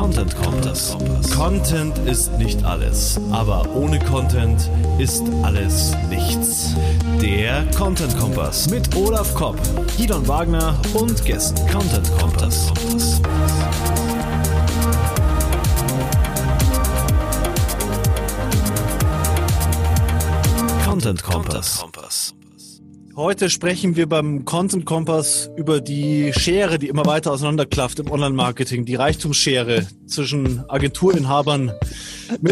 Content Kompass. Content ist nicht alles, aber ohne Content ist alles nichts. Der Content Kompass mit Olaf Kopp, Gidon Wagner und Gästen. Content Kompass. Content Kompass. Heute sprechen wir beim Content Kompass über die Schere, die immer weiter auseinanderklafft im Online-Marketing, die Reichtumsschere zwischen Agenturinhabern mit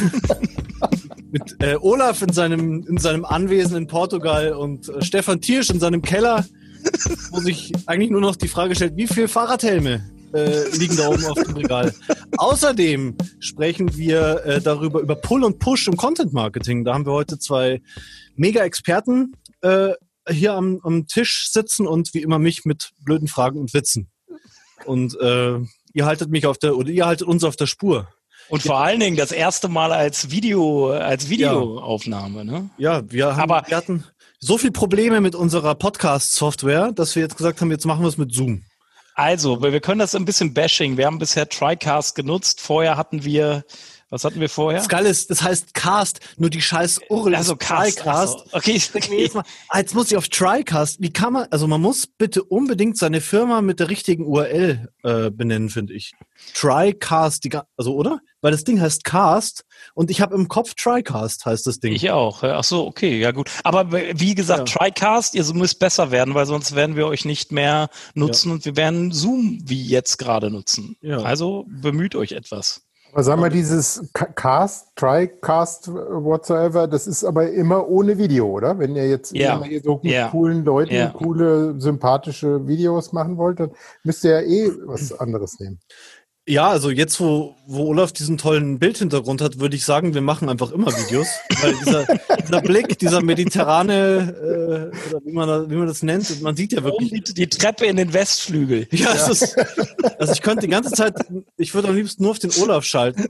Olaf in seinem Anwesen in Portugal und Stefan Thiersch in seinem Keller, wo sich eigentlich nur noch die Frage stellt, wie viele Fahrradhelme liegen da oben auf dem Regal. Außerdem sprechen wir über Pull und Push im Content-Marketing. Da haben wir heute zwei Mega-Experten hier am Tisch sitzen und wie immer mich mit blöden Fragen und Witzen. Und ihr haltet uns auf der Spur. Und vor allen Dingen das erste Mal als Videoaufnahme, ne? Ja, wir hatten so viel Probleme mit unserer Podcast-Software, dass wir jetzt gesagt haben, jetzt machen wir es mit Zoom. Also, wir können das ein bisschen bashing. Wir haben bisher TriCast genutzt. Vorher hatten wir, was hatten wir vorher? Das Geile ist, das heißt Cast, nur die scheiß URL also Cast. TriCast. Also, okay. Jetzt muss ich auf TriCast. Wie kann man muss bitte unbedingt seine Firma mit der richtigen URL benennen, finde ich. TriCast, oder? Weil das Ding heißt Cast und ich habe im Kopf TriCast heißt das Ding. Ich auch. Ach so, okay, ja gut. Aber wie gesagt, ja. TriCast, ihr müsst besser werden, weil sonst werden wir euch nicht mehr nutzen und wir werden Zoom wie jetzt gerade nutzen. Ja. Also bemüht euch etwas. Aber sagen wir, dieses TriCast, whatsoever, das ist aber immer ohne Video, oder? Wenn ihr jetzt immer so mit coolen Leuten coole, sympathische Videos machen wollt, dann müsst ihr ja was anderes nehmen. Ja, also jetzt, wo Olaf diesen tollen Bildhintergrund hat, würde ich sagen, wir machen einfach immer Videos. Weil dieser Blick, dieser mediterrane, oder wie man das nennt, man sieht ja wirklich... Die Treppe in den Westflügel. Ja, also ich könnte die ganze Zeit, ich würde am liebsten nur auf den Olaf schalten.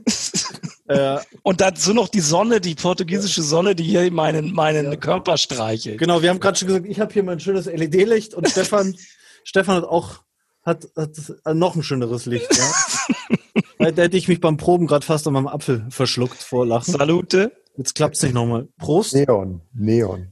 Und dazu noch die Sonne, die portugiesische Sonne, die hier meinen Körper streichelt. Genau, wir haben gerade schon gesagt, ich habe hier mein schönes LED-Licht und Stefan hat noch ein schöneres Licht, ja. Da hätte ich mich beim Proben gerade fast an meinem Apfel verschluckt vor Lachen. Salute. Jetzt klappt's nicht nochmal. Prost. Neon.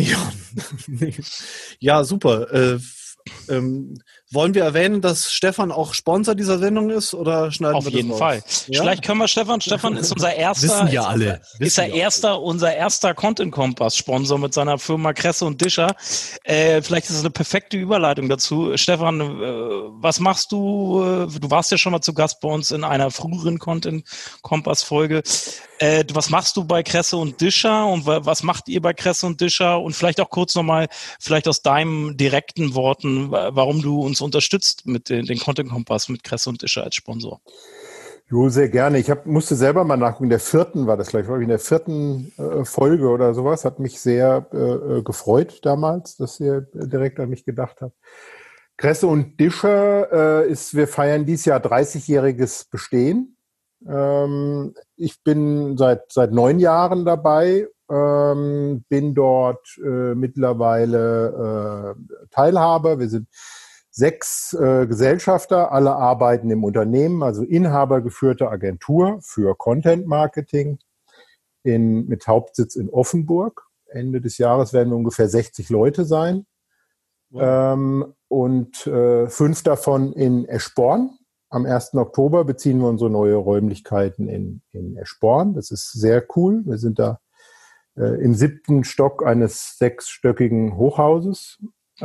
Ja, super. Wollen wir erwähnen, dass Stefan auch Sponsor dieser Sendung ist oder schneiden wir das Auf jeden raus? Fall. Ja? Vielleicht können wir Stefan ist unser erster. Wissen ja alle. Unser erster Content Kompass Sponsor mit seiner Firma Kresse und Discher. Vielleicht ist es eine perfekte Überleitung dazu. Stefan, was machst du? Du warst ja schon mal zu Gast bei uns in einer früheren Content Kompass Folge. Was machst du bei Kresse und Discher und was macht ihr bei Kresse und Discher? Und vielleicht auch kurz nochmal, vielleicht aus deinen direkten Worten, warum du uns unterstützt mit den Content Kompass mit Kresse und Discher als Sponsor. Jo, sehr gerne. Musste selber mal nachgucken. In der 4. war das gleich, in der 4. Folge oder sowas. Hat mich sehr gefreut damals, dass ihr direkt an mich gedacht habt. Kresse und Discher wir feiern dieses Jahr 30-jähriges Bestehen. Ich bin seit 9 Jahren dabei, bin dort mittlerweile Teilhaber. Wir sind 6 Gesellschafter, alle arbeiten im Unternehmen, also inhabergeführte Agentur für Content Marketing mit Hauptsitz in Offenburg. Ende des Jahres werden wir ungefähr 60 Leute sein. Wow. Und 5 davon in Eschborn. Am 1. Oktober beziehen wir unsere neue Räumlichkeiten in Eschborn. Das ist sehr cool. Wir sind da im 7. Stock eines 6-stöckigen Hochhauses.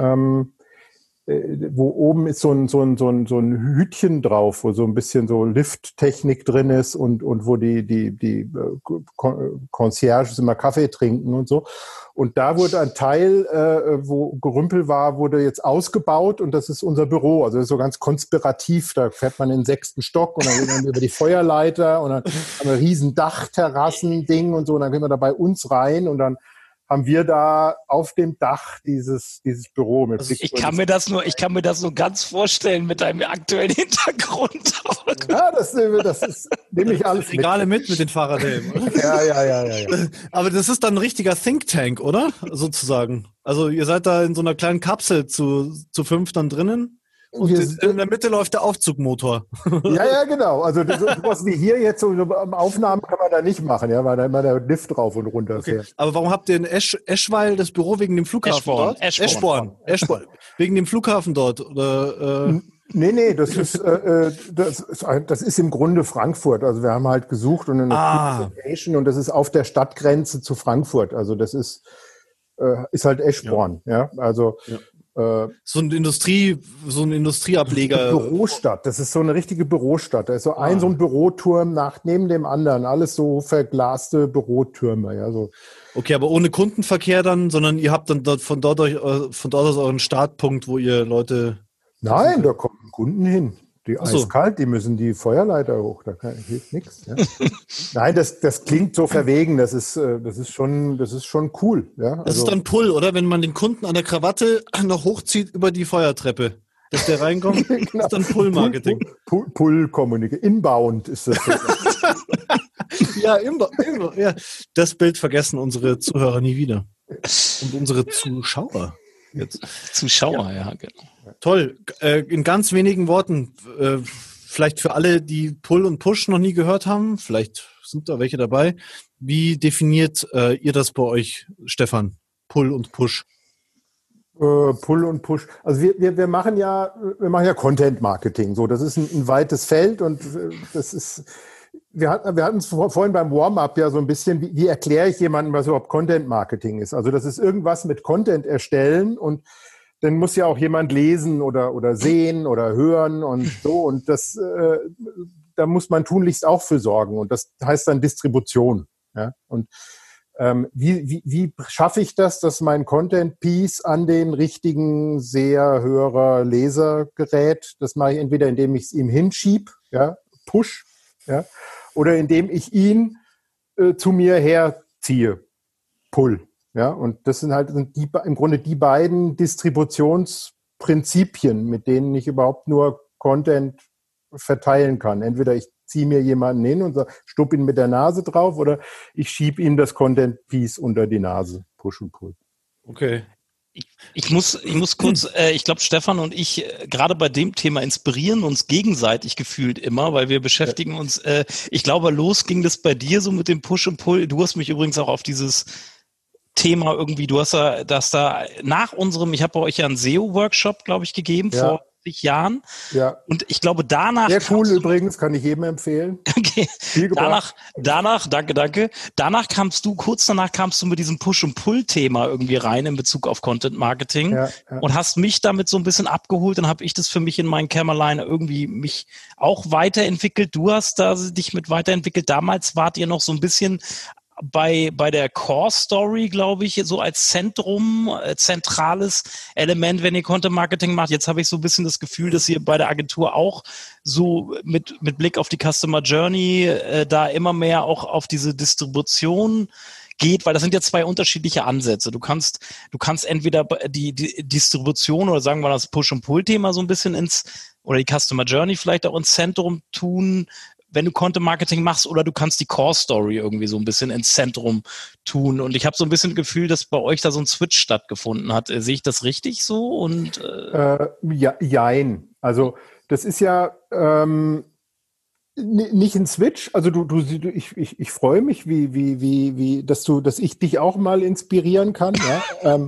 Wo oben ist so ein Hütchen drauf, wo so ein bisschen so Lifttechnik drin ist und wo die Concierges immer Kaffee trinken und so. Und da wurde ein Teil, wo Gerümpel war, wurde jetzt ausgebaut und das ist unser Büro. Also das ist so ganz konspirativ. Da fährt man in den 6. Stock und dann geht man über die Feuerleiter und dann haben wir ein riesen Dachterrassen-Ding und so und dann gehen wir da bei uns rein und dann haben wir da auf dem Dach dieses Büro mit Blick. Ich kann mir das nur ganz vorstellen mit deinem aktuellen Hintergrund. Ja, das ist nämlich alles Regale mit den Fahrradhelmen. Ja. Aber das ist dann ein richtiger Think Tank, oder? Sozusagen. Also ihr seid da in so einer kleinen Kapsel zu 5 dann drinnen Und in der Mitte läuft der Aufzugmotor. Ja, genau. Also was wie hier jetzt so Aufnahmen kann man da nicht machen, ja, weil da immer der Lift drauf und runter fährt. Okay. Aber warum habt ihr in Eschweiler das Büro wegen dem Flughafen dort? Eschborn. Wegen dem Flughafen dort? Oder, Nee, das ist im Grunde Frankfurt. Also wir haben halt gesucht und eine Location und das ist auf der Stadtgrenze zu Frankfurt. Also das ist halt Eschborn, ja. Also so ein Industrieableger. Bürostadt. Das ist so eine richtige Bürostadt. Da ist so so ein Büroturm neben dem anderen. Alles so verglaste Bürotürme, ja, so. Okay, aber ohne Kundenverkehr dann, sondern ihr habt dann von dort aus euren Startpunkt, wo ihr Leute... Nein, da kommen Kunden hin. Die eiskalt, die müssen die Feuerleiter hoch, da hilft nichts. Ja. Nein, das klingt so verwegen, das ist schon cool. Ja. Das ist dann Pull, oder? Wenn man den Kunden an der Krawatte noch hochzieht über die Feuertreppe, dass der reinkommt, genau. Ist dann Pull-Marketing. Pull-Communication. Inbound ist das. Ja, ja, das Bild vergessen unsere Zuhörer nie wieder. Und unsere Zuschauer jetzt. Zuschauer, ja genau. Toll. In ganz wenigen Worten, vielleicht für alle, die Pull und Push noch nie gehört haben, vielleicht sind da welche dabei. Wie definiert ihr das bei euch, Stefan? Pull und Push? Pull und Push. Also wir machen ja Content Marketing. So, das ist ein weites Feld und das ist. Wir hatten es vorhin beim Warm-up ja so ein bisschen, wie erkläre ich jemandem, was überhaupt Content Marketing ist? Also das ist irgendwas mit Content erstellen und dann muss ja auch jemand lesen oder sehen oder hören und so und das da muss man tunlichst auch für sorgen und das heißt dann Distribution. Ja? Und wie schaffe ich das, dass mein Content-Piece an den richtigen Seher, Hörer, Leser gerät? Das mache ich entweder, indem ich es ihm hinschieb, ja, Push, ja, oder indem ich ihn zu mir herziehe, Pull. Ja, und das sind im Grunde die beiden Distributionsprinzipien, mit denen ich überhaupt nur Content verteilen kann. Entweder ich ziehe mir jemanden hin und stupp ihn mit der Nase drauf oder ich schiebe ihm das Content-Piece unter die Nase. Push und Pull. Okay. Ich muss kurz, ich glaube, Stefan und ich gerade bei dem Thema inspirieren uns gegenseitig gefühlt immer, weil wir beschäftigen uns, ich glaube, los ging das bei dir so mit dem Push und Pull. Du hast mich übrigens auch auf dieses Thema irgendwie, du hast da nach unserem, ich habe bei euch ja einen SEO-Workshop, glaube ich, gegeben vor 40 Jahren. Ja. Und ich glaube, danach... Sehr cool übrigens, kann ich jedem empfehlen. Okay. Danach, danke. Kurz danach kamst du mit diesem Push- und Pull-Thema irgendwie rein in Bezug auf Content Marketing und hast mich damit so ein bisschen abgeholt. Dann habe ich das für mich in meinen Kämmerlein irgendwie mich auch weiterentwickelt. Du hast da dich mit weiterentwickelt. Damals wart ihr noch so ein bisschen bei der Core Story, glaube ich, so als zentrales Element, wenn ihr Content Marketing macht. Jetzt habe ich so ein bisschen das Gefühl, dass ihr bei der Agentur auch so mit Blick auf die Customer Journey da immer mehr auch auf diese Distribution geht, weil das sind ja zwei unterschiedliche Ansätze. Du kannst entweder die Distribution oder sagen wir das Push- und Pull-Thema so ein bisschen oder die Customer Journey vielleicht auch ins Zentrum tun, wenn du Content Marketing machst, oder du kannst die Core Story irgendwie so ein bisschen ins Zentrum tun. Und ich habe so ein bisschen das Gefühl, dass bei euch da so ein Switch stattgefunden hat. Sehe ich das richtig so? Und jein. Also das ist ja nicht ein Switch. Also ich freue mich, dass ich dich auch mal inspirieren kann. Ja?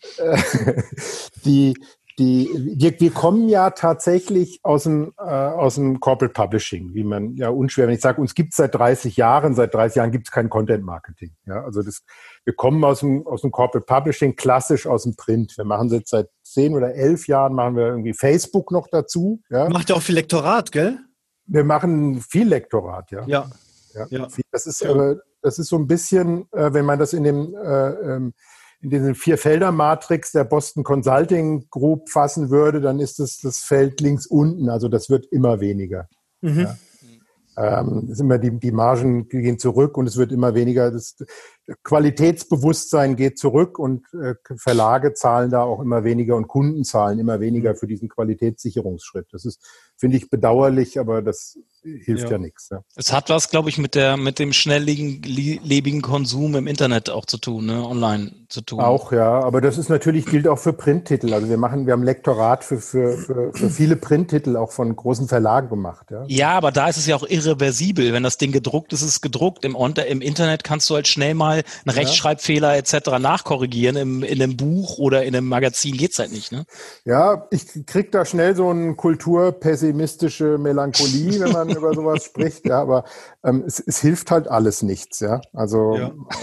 Wir kommen ja tatsächlich aus dem Corporate Publishing, wie man ja unschwer, wenn ich sage, uns gibt es seit 30 Jahren gibt es kein Content Marketing. Ja, also wir kommen aus dem Corporate Publishing, klassisch aus dem Print. Wir machen jetzt seit 10 oder 11 Jahren machen wir irgendwie Facebook noch dazu. Ja. Macht ja auch viel Lektorat, gell? Wir machen viel Lektorat, ja. Ja. Das ist so ein bisschen, wenn man das in diesen 4-Felder-Matrix der Boston Consulting Group fassen würde, dann ist das Feld links unten. Also das wird immer weniger. Mhm. Ja. Ist immer die Margen gehen zurück und es wird immer weniger. Qualitätsbewusstsein geht zurück und Verlage zahlen da auch immer weniger und Kunden zahlen immer weniger für diesen Qualitätssicherungsschritt. Das ist, finde ich, bedauerlich, aber das hilft ja nichts. Ja. Es hat was, glaube ich, mit dem schnelllebigen Konsum im Internet auch zu tun, ne? Online zu tun. Auch, ja, aber das ist natürlich, gilt auch für Printtitel. Also wir haben Lektorat für viele Printtitel auch von großen Verlagen gemacht. Ja. Ja, aber da ist es ja auch irreversibel. Wenn das Ding gedruckt ist, ist es gedruckt. Im Internet kannst du halt schnell mal einen Rechtschreibfehler etc. nachkorrigieren. In einem Buch oder in einem Magazin geht's halt nicht, ne? Ja, ich krieg da schnell so eine kulturpessimistische Melancholie, wenn man über sowas spricht. Ja, aber es hilft halt alles nichts. Ja, also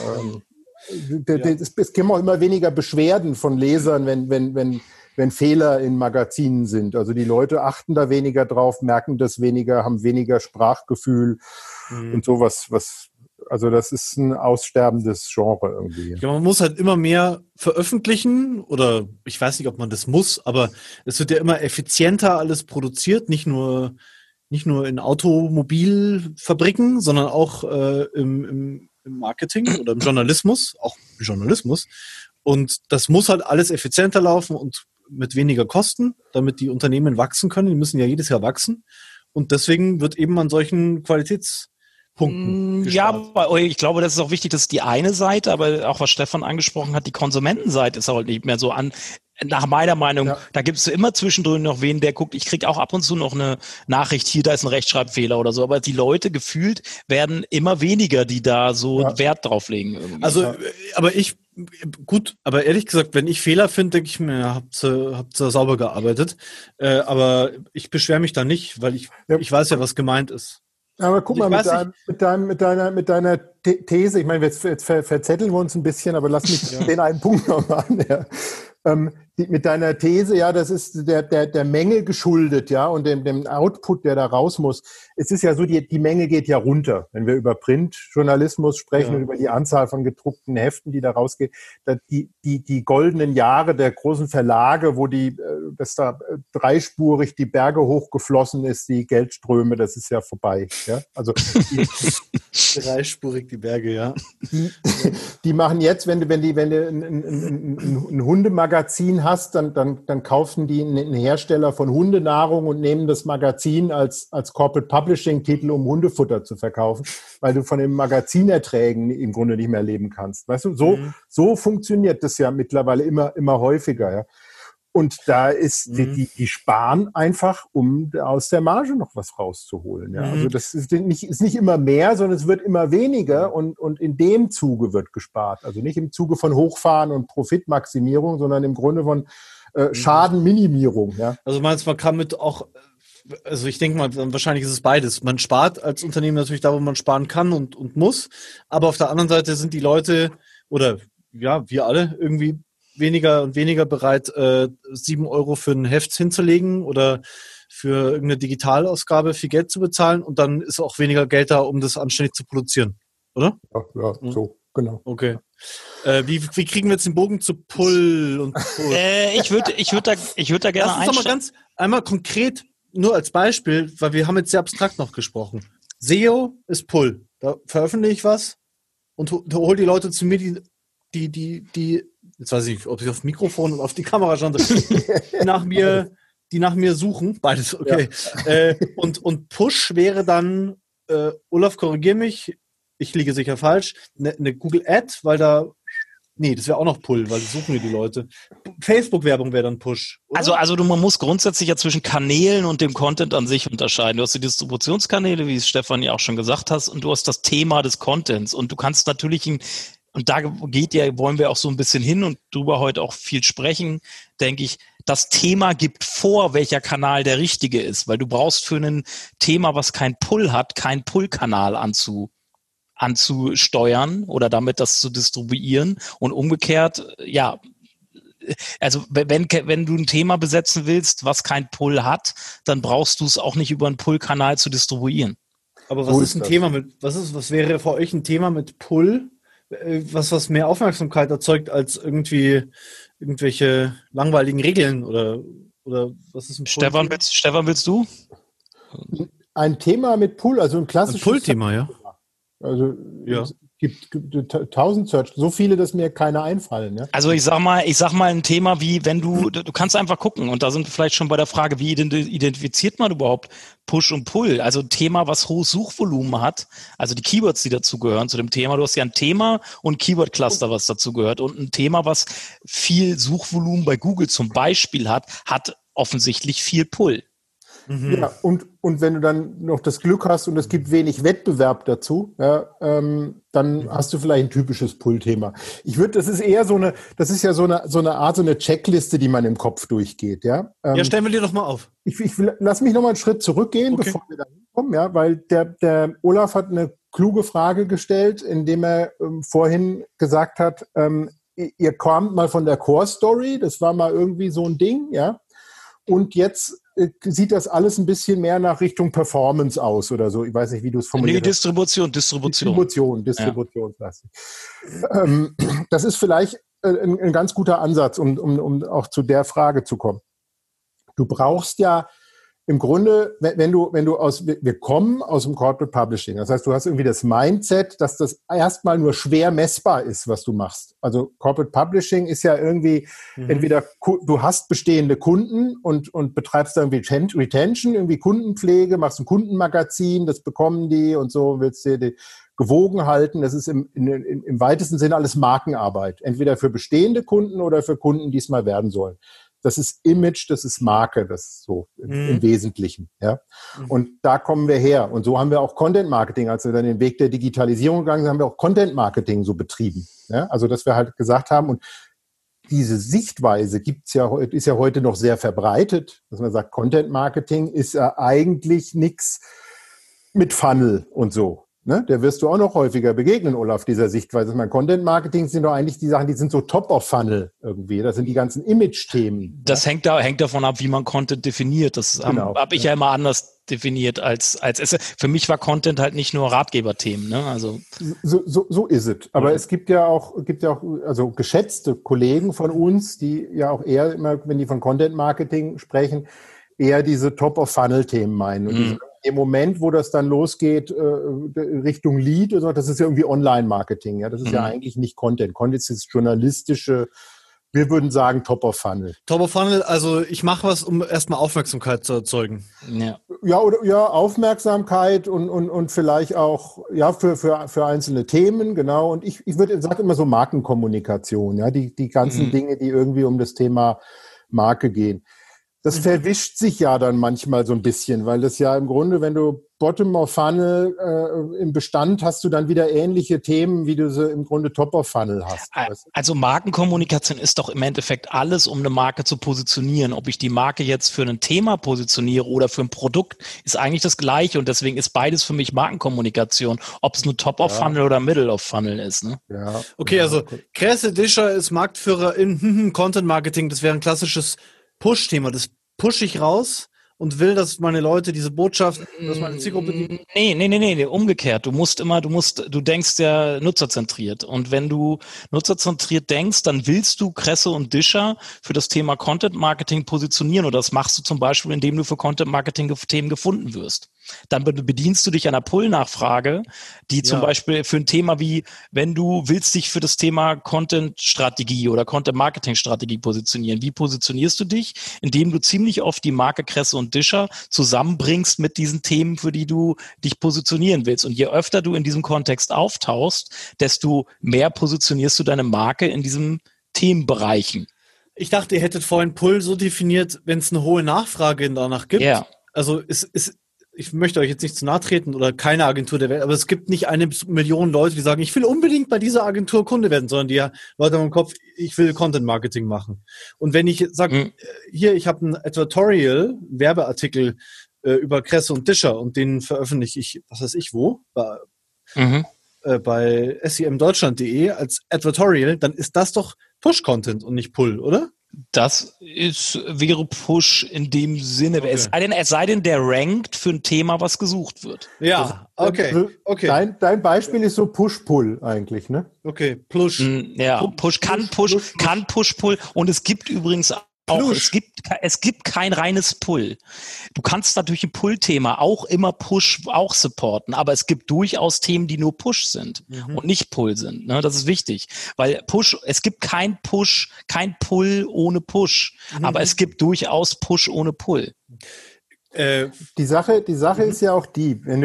es kommen auch immer weniger Beschwerden von Lesern, wenn Fehler in Magazinen sind. Also die Leute achten da weniger drauf, merken das weniger, haben weniger Sprachgefühl und sowas. Also das ist ein aussterbendes Genre irgendwie. Ja, man muss halt immer mehr veröffentlichen oder ich weiß nicht, ob man das muss, aber es wird ja immer effizienter alles produziert, nicht nur in Automobilfabriken, sondern auch im Marketing oder im Journalismus, auch im Journalismus. Und das muss halt alles effizienter laufen und mit weniger Kosten, damit die Unternehmen wachsen können. Die müssen ja jedes Jahr wachsen. Und deswegen wird eben an solchen Qualitätspunkten gespart. Ja, aber ich glaube, das ist auch wichtig, das ist die eine Seite, aber auch was Stefan angesprochen hat, die Konsumentenseite ist auch nicht mehr so nach meiner Meinung, da gibt es immer zwischendrin noch wen, der guckt, ich kriege auch ab und zu noch eine Nachricht, hier, da ist ein Rechtschreibfehler oder so, aber die Leute gefühlt werden immer weniger, die da so Wert drauf legen. Irgendwie. Also, aber ehrlich gesagt, wenn ich Fehler finde, denke ich mir, habt ihr sauber gearbeitet, aber ich beschwere mich da nicht, weil ich weiß ja, was gemeint ist. Aber guck mal, mit deiner These, ich meine, jetzt verzetteln wir uns ein bisschen, aber lass mich den einen Punkt noch machen. Ja. Mit deiner These, ja, das ist der Menge geschuldet, ja, und dem Output, der da raus muss. Es ist ja so, die Menge geht ja runter, wenn wir über Printjournalismus sprechen und über die Anzahl von gedruckten Heften, die da rausgeht. Die goldenen Jahre der großen Verlage, wo dass da dreispurig die Berge hochgeflossen ist, die Geldströme, das ist ja vorbei, ja. Also dreispurig die Berge, ja. Die machen jetzt, wenn du ein Hundemagazin hast, dann kaufen die einen Hersteller von Hundenahrung und nehmen das Magazin als Corporate Publishing Titel, um Hundefutter zu verkaufen, weil du von den Magazinerträgen im Grunde nicht mehr leben kannst. Weißt du, so funktioniert das ja mittlerweile immer häufiger, ja. Und da ist die sparen einfach, um aus der Marge noch was rauszuholen. Ja. Also das ist nicht immer mehr, sondern es wird immer weniger und in dem Zuge wird gespart. Also nicht im Zuge von Hochfahren und Profitmaximierung, sondern im Grunde von Schadenminimierung. Ja. Also man kann mit auch, also ich denke mal, wahrscheinlich ist es beides. Man spart als Unternehmen natürlich da, wo man sparen kann und muss, aber auf der anderen Seite sind die Leute oder ja, wir alle irgendwie weniger und weniger bereit, 7 Euro für ein Heft hinzulegen oder für irgendeine Digitalausgabe viel Geld zu bezahlen und dann ist auch weniger Geld da, um das anständig zu produzieren, oder? Ja, so, genau. Okay. Wie kriegen wir jetzt den Bogen zu Pull und Pull? Ich würd da gerne Lass uns doch mal einmal konkret, nur als Beispiel, weil wir haben jetzt sehr abstrakt noch gesprochen. SEO ist Pull. Da veröffentliche ich was und hol die Leute zu mir, die jetzt weiß ich nicht, ob ich auf Mikrofon und auf die Kamera schauen soll, die nach mir suchen. Beides, okay. Ja. Und Push wäre dann, Olaf, korrigier mich, ich liege sicher falsch, eine Google Ad, weil das wäre auch noch Pull, weil suchen die Leute. Facebook-Werbung wäre dann Push. Oder? Also man muss grundsätzlich ja zwischen Kanälen und dem Content an sich unterscheiden. Du hast die Distributionskanäle, wie es Stefan ja auch schon gesagt hast, und du hast das Thema des Contents. Und du kannst natürlich und da wollen wir auch so ein bisschen hin und drüber heute auch viel sprechen, denke ich, das Thema gibt vor, welcher Kanal der richtige ist, weil du brauchst für ein Thema, was kein Pull hat, keinen Pull-Kanal anzusteuern oder damit das zu distribuieren und umgekehrt, ja, also wenn du ein Thema besetzen willst, was kein Pull hat, dann brauchst du es auch nicht über einen Pull-Kanal zu distribuieren. Aber was wäre für euch ein Thema mit Pull? Was mehr Aufmerksamkeit erzeugt als irgendwelche langweiligen Regeln oder was ist ein Pull? Stefan, willst du? Ein Thema mit Pull, also ein klassisches Pull-Thema, ja. Also Gibt 1000 Search, so viele, dass mir keine einfallen. Ja? Also ich sag mal ein Thema wie, wenn du kannst einfach gucken und da sind wir vielleicht schon bei der Frage, wie identifiziert man überhaupt Push und Pull? Also ein Thema, was hohes Suchvolumen hat, also die Keywords, die dazu gehören zu dem Thema. Du hast ja ein Thema und Keyword-Cluster, was dazu gehört und ein Thema, was viel Suchvolumen bei Google zum Beispiel hat offensichtlich viel Pull. Ja, und wenn du dann noch das Glück hast und es gibt wenig Wettbewerb dazu, ja, dann hast du vielleicht ein typisches Pull-Thema. Das ist eher so eine Art, so eine Checkliste, die man im Kopf durchgeht, ja. Ja, stellen wir dir doch mal auf. Lass mich noch mal einen Schritt zurückgehen, Okay. bevor wir da hinkommen, ja, weil der Olaf hat eine kluge Frage gestellt, indem er vorhin gesagt hat, ihr kamt mal von der Core Story, das war mal irgendwie so ein Ding, ja. Und jetzt sieht das alles ein bisschen mehr nach Richtung Performance aus oder so. Ich weiß nicht, wie du es formuliert hast. Distribution. Das ist vielleicht ein ganz guter Ansatz, um auch zu der Frage zu kommen. Du brauchst ja im Grunde, wir kommen aus dem Corporate Publishing. Das heißt, du hast irgendwie das Mindset, dass das erstmal nur schwer messbar ist, was du machst. Also Corporate Publishing ist ja irgendwie entweder du hast bestehende Kunden und betreibst da irgendwie Retention, irgendwie Kundenpflege, machst ein Kundenmagazin, das bekommen die und so, willst dir die gewogen halten. Das ist im weitesten Sinne alles Markenarbeit. Entweder für bestehende Kunden oder für Kunden, die es mal werden sollen. Das ist Image, das ist Marke, das ist so im Wesentlichen. Ja? Und da kommen wir her. Und so haben wir auch Content Marketing, als wir dann den Weg der Digitalisierung gegangen sind, haben wir auch Content Marketing so betrieben. Ja? Also, dass wir halt gesagt haben, und diese Sichtweise ist ja heute noch sehr verbreitet, dass man sagt, Content Marketing ist ja eigentlich nichts mit Funnel und so. Ne? Der wirst du auch noch häufiger begegnen, Olaf, dieser Sichtweise. Mein Content-Marketing sind doch eigentlich die Sachen, die sind so top-of-Funnel irgendwie. Das sind die ganzen Image-Themen. Das hängt davon ab, wie man Content definiert. Das habe ich ja immer anders definiert als für mich war Content halt nicht nur Ratgeberthemen. Ne? Also so ist es. Aber es gibt ja auch also geschätzte Kollegen von uns, die ja auch eher immer, wenn die von Content-Marketing sprechen, eher diese Top-of-Funnel-Themen meinen. Und im Moment, wo das dann losgeht, Richtung Lead, oder so, das ist ja irgendwie Online-Marketing. Ja, das ist ja eigentlich nicht Content. Content ist das journalistische, wir würden sagen Top-of-Funnel. Top-of-Funnel, also ich mache was, um erstmal Aufmerksamkeit zu erzeugen. Ja, Aufmerksamkeit und vielleicht auch für einzelne Themen, genau. Und ich sage immer so Markenkommunikation, ja, die ganzen Dinge, die irgendwie um das Thema Marke gehen. Das verwischt sich ja dann manchmal so ein bisschen, weil das ja im Grunde, wenn du Bottom-of-Funnel im Bestand hast du dann wieder ähnliche Themen, wie du sie im Grunde Top-of-Funnel hast. Also Markenkommunikation ist doch im Endeffekt alles, um eine Marke zu positionieren. Ob ich die Marke jetzt für ein Thema positioniere oder für ein Produkt, ist eigentlich das Gleiche und deswegen ist beides für mich Markenkommunikation, ob es nur Top-of-Funnel oder Middle-of-Funnel ist. Ne? Ja. Okay, also Kresse Discher ist Marktführer in Content-Marketing, das wäre ein klassisches Push-Thema, das pushe ich raus und will, dass meine Leute diese Botschaft, dass meine Zielgruppe... Nee, umgekehrt. Du denkst ja nutzerzentriert. Und wenn du nutzerzentriert denkst, dann willst du Kresse und Discher für das Thema Content Marketing positionieren. Und das machst du zum Beispiel, indem du für Content Marketing Themen gefunden wirst. Dann bedienst du dich einer Pull-Nachfrage, die zum Beispiel für ein Thema wie, wenn du willst dich für das Thema Content-Strategie oder Content-Marketing-Strategie positionieren. Wie positionierst du dich? Indem du ziemlich oft die Marke Kresse und Discher zusammenbringst mit diesen Themen, für die du dich positionieren willst. Und je öfter du in diesem Kontext auftauchst, desto mehr positionierst du deine Marke in diesen Themenbereichen. Ich dachte, ihr hättet vorhin Pull so definiert, wenn es eine hohe Nachfrage danach gibt. Ja. Also ich möchte euch jetzt nicht zu nahe treten oder keine Agentur der Welt, aber es gibt nicht 1 Million Leute, die sagen, ich will unbedingt bei dieser Agentur Kunde werden, sondern die Leute haben im Kopf, ich will Content Marketing machen. Und wenn ich sage, hier, ich habe ein Advertorial, Werbeartikel über Kresse und Discher und den veröffentliche ich, was weiß ich wo, bei SEMdeutschland.de als Advertorial, dann ist das doch Push-Content und nicht Pull, oder? Das wäre Push in dem Sinne, okay. Es sei denn, der rankt für ein Thema, was gesucht wird. Ja, okay. Dein Beispiel ist so Push-Pull eigentlich, ne? Okay, Push. Ja, Push kann Push-Pull und es gibt übrigens auch, es gibt kein reines Pull. Du kannst natürlich ein Pull-Thema auch immer Push auch supporten, aber es gibt durchaus Themen, die nur Push sind und nicht Pull sind. Ne? Das ist wichtig, weil es gibt kein Pull ohne Push, aber es gibt durchaus Push ohne Pull. Die Sache ist ja auch die, wenn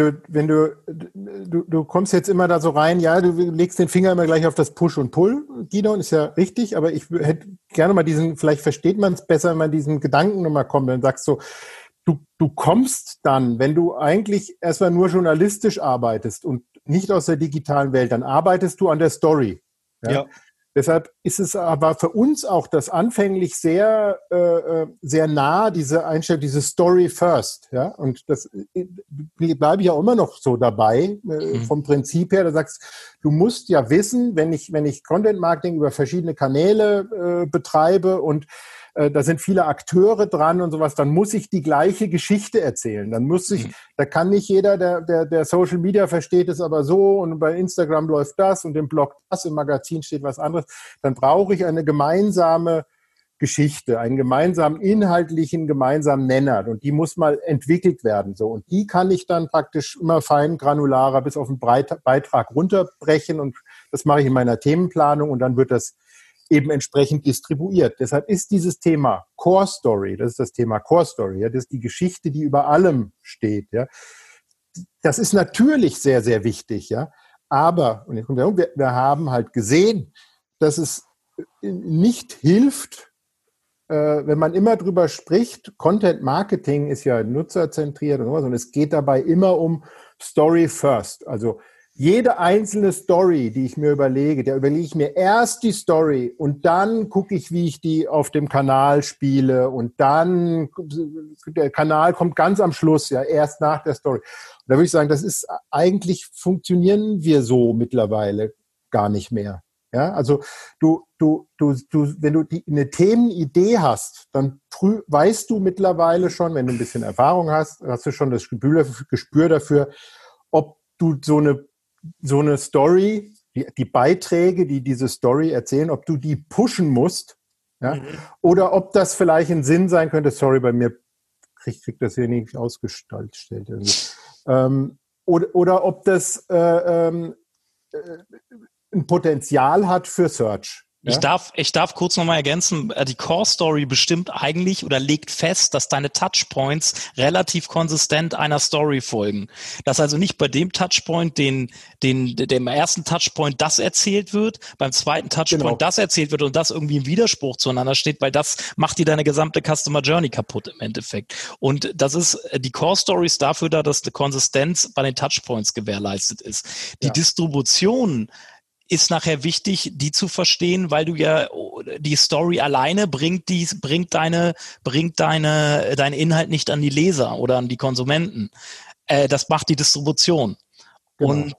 du kommst jetzt immer da so rein, ja, du legst den Finger immer gleich auf das Push und Pull, Guido, ist ja richtig, aber ich hätte gerne mal vielleicht versteht man es besser, wenn man diesen Gedanken nochmal kommt, dann sagst du, du kommst dann, wenn du eigentlich erstmal nur journalistisch arbeitest und nicht aus der digitalen Welt, dann arbeitest du an der Story. Ja. Deshalb ist es aber für uns auch das anfänglich sehr nah, diese Einstellung, diese Story first. Ja? Und das bleibe ich ja immer noch so dabei, vom Prinzip her. Da sagst du musst ja wissen, wenn ich Content Marketing über verschiedene Kanäle betreibe und da sind viele Akteure dran und sowas, dann muss ich die gleiche Geschichte erzählen. Dann da kann nicht jeder, der Social Media versteht es aber so und bei Instagram läuft das und im Blog das, im Magazin steht was anderes. Dann brauche ich eine gemeinsame Geschichte, einen gemeinsamen inhaltlichen gemeinsamen Nenner und die muss mal entwickelt werden. So. Und die kann ich dann praktisch immer fein granularer bis auf einen Beitrag runterbrechen und das mache ich in meiner Themenplanung und dann wird das eben entsprechend distribuiert. Deshalb ist dieses Thema Core Story, das ist das Thema Core Story, ja, das ist die Geschichte, die über allem steht. Ja. Das ist natürlich sehr, sehr wichtig, ja. Aber, und jetzt kommt der Punkt, wir haben halt gesehen, dass es nicht hilft, wenn man immer drüber spricht, Content Marketing ist ja nutzerzentriert und sowas, und es geht dabei immer um Story first. Also jede einzelne Story, die ich mir überlege, da überlege ich mir erst die Story und dann gucke ich, wie ich die auf dem Kanal spiele und dann, der Kanal kommt ganz am Schluss, ja, erst nach der Story. Und da würde ich sagen, eigentlich funktionieren wir so mittlerweile gar nicht mehr. Ja, also wenn du eine Themenidee hast, dann weißt du mittlerweile schon, wenn du ein bisschen Erfahrung hast du schon das Gespür dafür, ob du so eine Story, die Beiträge, die diese Story erzählen, ob du die pushen musst, ja, oder ob das vielleicht ein Sinn sein könnte, sorry, bei mir kriegt das hier nicht ausgestaltet irgendwie, oder ob das ein Potenzial hat für Search. Ja? Ich darf kurz nochmal ergänzen, die Core Story bestimmt eigentlich oder legt fest, dass deine Touchpoints relativ konsistent einer Story folgen. Dass also nicht bei dem Touchpoint, dem ersten Touchpoint das erzählt wird, beim zweiten Touchpoint das erzählt wird und das irgendwie im Widerspruch zueinander steht, weil das macht dir deine gesamte Customer Journey kaputt im Endeffekt. Und das ist, die Core Story ist dafür da, dass die Konsistenz bei den Touchpoints gewährleistet ist. Die Distribution ist nachher wichtig, die zu verstehen, weil du ja die Story alleine bringt deinen Inhalt nicht an die Leser oder an die Konsumenten. Das macht die Distribution. Genau. Und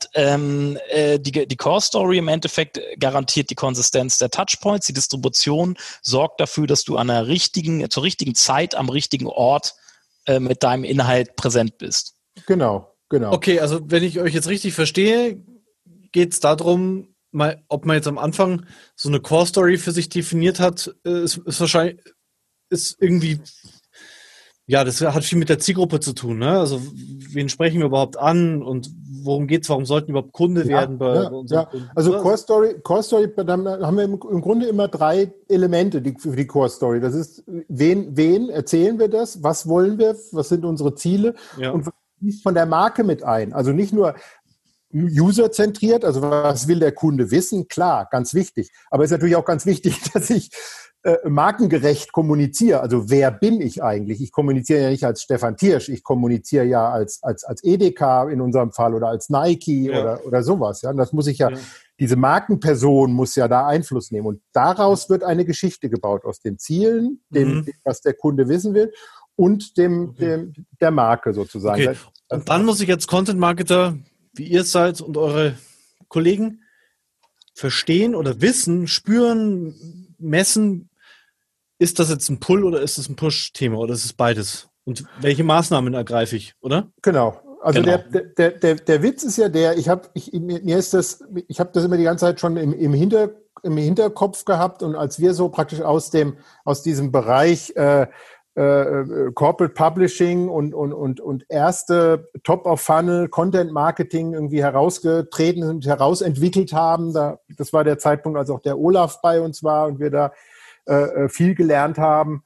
die Core Story im Endeffekt garantiert die Konsistenz der Touchpoints. Die Distribution sorgt dafür, dass du zur richtigen Zeit am richtigen Ort mit deinem Inhalt präsent bist. Genau. Okay, also wenn ich euch jetzt richtig verstehe, geht es darum, ob man jetzt am Anfang so eine Core-Story für sich definiert hat, ist wahrscheinlich, ist irgendwie, ja, das hat viel mit der Zielgruppe zu tun, ne? Also, wen sprechen wir überhaupt an und worum geht's, warum sollten wir überhaupt Kunde werden bei unserem Kunden? Also Core Story, da haben wir im Grunde immer 3 Elemente für die Core Story. Das ist, wen erzählen wir das? Was wollen wir? Was sind unsere Ziele? Ja. Und was fließt von der Marke mit ein? Also nicht nur userzentriert, also was will der Kunde wissen? Klar, ganz wichtig. Aber es ist natürlich auch ganz wichtig, dass ich markengerecht kommuniziere. Also wer bin ich eigentlich? Ich kommuniziere ja nicht als Stefan Thiersch, ich kommuniziere ja als Edeka in unserem Fall oder als Nike oder sowas. Ja? Und das muss ich diese Markenperson muss ja da Einfluss nehmen. Und daraus wird eine Geschichte gebaut aus den Zielen, dem, was der Kunde wissen will und der Marke sozusagen. Okay. Und dann muss ich als Content-Marketer, wie ihr es seid und eure Kollegen, verstehen oder wissen, spüren, messen, ist das jetzt ein Pull oder ist das ein Push-Thema oder ist es beides? Und welche Maßnahmen ergreife ich, oder? Genau. Also der Witz ist ja ich habe das immer die ganze Zeit schon im im Hinterkopf gehabt und als wir so praktisch aus diesem Bereich Corporate Publishing und erste Top-of-Funnel Content Marketing irgendwie herausgetreten und herausentwickelt haben. Das war der Zeitpunkt, als auch der Olaf bei uns war und wir da viel gelernt haben.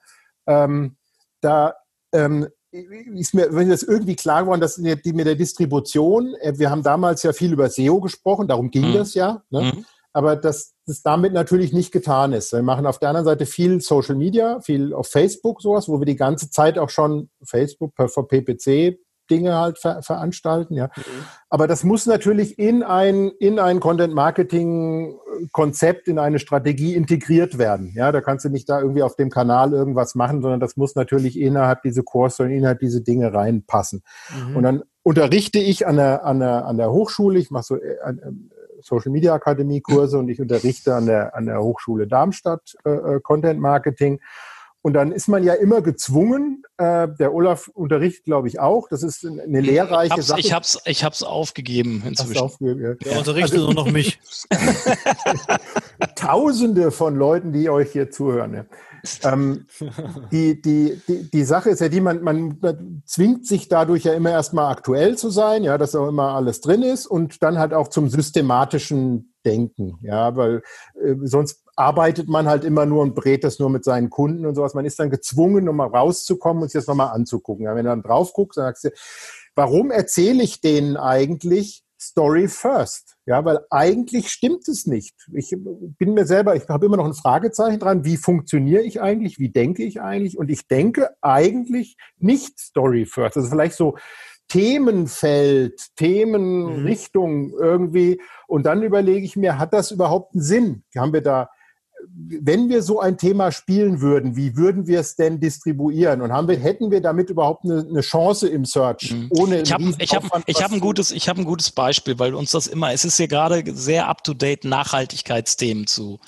Ist mir, wenn das irgendwie klar geworden, dass mit der Distribution, wir haben damals ja viel über SEO gesprochen, darum ging das ja, ne? Aber dass das damit natürlich nicht getan ist. Wir machen auf der anderen Seite viel Social Media, viel auf Facebook sowas, wo wir die ganze Zeit auch schon Facebook per PPC Dinge halt veranstalten, ja. Aber das muss natürlich in ein Content-Marketing-Konzept, in eine Strategie integriert werden. Ja, da kannst du nicht da irgendwie auf dem Kanal irgendwas machen, sondern das muss natürlich innerhalb diese Kurse und innerhalb diese Dinge reinpassen. Und dann unterrichte ich an der Hochschule, ich mache so Social Media Akademie Kurse und ich unterrichte an der Hochschule Darmstadt Content Marketing. Und dann ist man ja immer gezwungen, der Olaf unterrichtet, glaube ich, auch, das ist eine lehrreiche Sache. Ich hab's aufgegeben inzwischen. Der unterrichtet nur noch mich. Tausende von Leuten, die euch hier zuhören. Ja. Die Sache ist ja man zwingt sich dadurch ja immer erstmal aktuell zu sein, ja, dass auch immer alles drin ist und dann halt auch zum systematischen Denken, ja, weil sonst arbeitet man halt immer nur und brät das nur mit seinen Kunden und sowas. Man ist dann gezwungen, nochmal rauszukommen und sich das nochmal anzugucken. Ja, wenn du dann drauf guckst, dann sagst du, warum erzähle ich denen eigentlich Story first? Ja, weil eigentlich stimmt es nicht. Ich bin mir selber, ich habe immer noch ein Fragezeichen dran, wie funktioniere ich eigentlich, wie denke ich eigentlich? Und ich denke eigentlich nicht Story first. Also vielleicht so Themenfeld, Themenrichtung irgendwie. Und dann überlege ich mir, hat das überhaupt einen Sinn? Haben wir da, wenn wir so ein Thema spielen würden, wie würden wir es denn distribuieren? Und hätten wir damit überhaupt eine Chance im Search? Ohne ich habe ein gutes Beispiel, weil uns das immer, es ist ja gerade sehr up-to-date, Nachhaltigkeitsthemen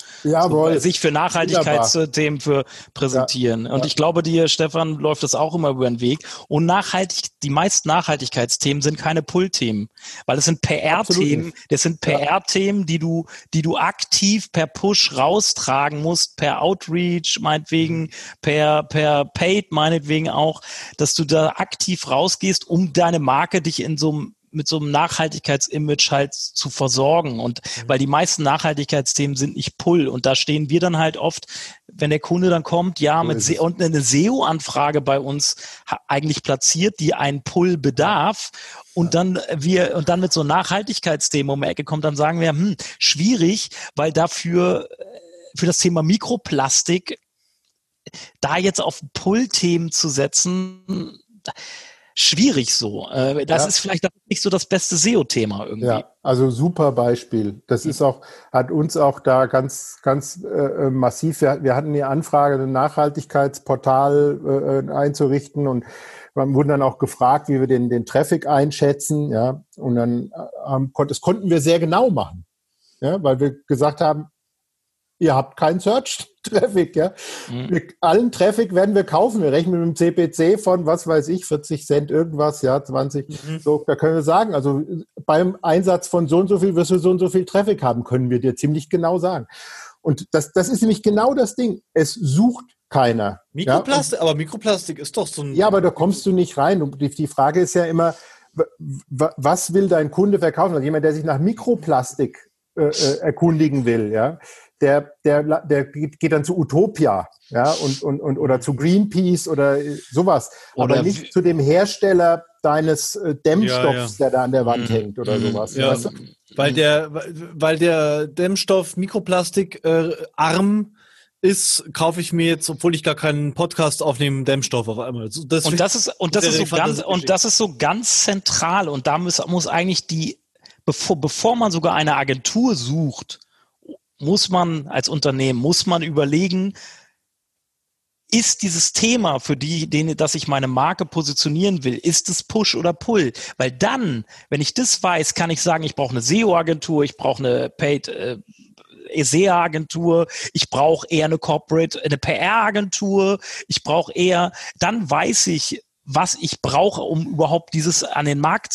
sich für Nachhaltigkeitsthemen präsentieren. Ja. Und ich glaube dir, Stefan, läuft das auch immer über den Weg. Und die meisten Nachhaltigkeitsthemen sind keine Pull-Themen, weil es sind PR-Themen, PR-Themen, die du aktiv per Push raustragen musst, per Outreach meinetwegen, per Paid meinetwegen auch, dass du da aktiv rausgehst, um deine Marke dich mit so einem Nachhaltigkeitsimage halt zu versorgen. Und weil die meisten Nachhaltigkeitsthemen sind nicht Pull. Und da stehen wir dann halt oft, wenn der Kunde dann kommt, und eine SEO-Anfrage bei uns eigentlich platziert, die einen Pull bedarf. Und dann mit so einem Nachhaltigkeitsthemen um die Ecke kommt, dann sagen wir, schwierig, weil dafür für das Thema Mikroplastik da jetzt auf Pull-Themen zu setzen, schwierig so. Das ist vielleicht nicht so das beste SEO-Thema irgendwie. Ja, also super Beispiel. Das ist auch, hat uns auch da ganz massiv, wir hatten die Anfrage, ein Nachhaltigkeitsportal einzurichten und wir wurden dann auch gefragt, wie wir den Traffic einschätzen, ja, und dann das konnten wir sehr genau machen, ja, weil wir gesagt haben, ihr habt keinen Search-Traffic, ja. Allen Traffic werden wir kaufen. Wir rechnen mit einem CPC von, was weiß ich, 40 Cent irgendwas, ja, 20. So, da können wir sagen, also beim Einsatz von so und so viel wirst du so und so viel Traffic haben, können wir dir ziemlich genau sagen. Und das ist nämlich genau das Ding. Es sucht keiner. Mikroplastik, aber Mikroplastik ist doch so ein... Ja, aber da kommst du nicht rein. Und die Frage ist ja immer, was will dein Kunde verkaufen? Also jemand, der sich nach Mikroplastik erkundigen will, ja, der geht dann zu Utopia, ja, und oder zu Greenpeace oder sowas, aber nicht zu dem Hersteller deines Dämmstoffs, der da an der Wand hängt oder sowas. Ja, weißt du? weil der Dämmstoff Mikroplastik arm ist, kaufe ich mir jetzt, obwohl ich gar keinen Podcast aufnehme, Dämmstoff auf einmal. Das ist so ganz zentral und da muss eigentlich bevor man sogar eine Agentur sucht, muss man als Unternehmen, überlegen, ist dieses Thema, dass ich meine Marke positionieren will, ist es Push oder Pull? Weil dann, wenn ich das weiß, kann ich sagen, ich brauche eine SEO-Agentur, ich brauche eine Paid SEA-Agentur, ich brauche eher eine PR-Agentur, dann weiß ich, was ich brauche, um überhaupt dieses an den Markt zu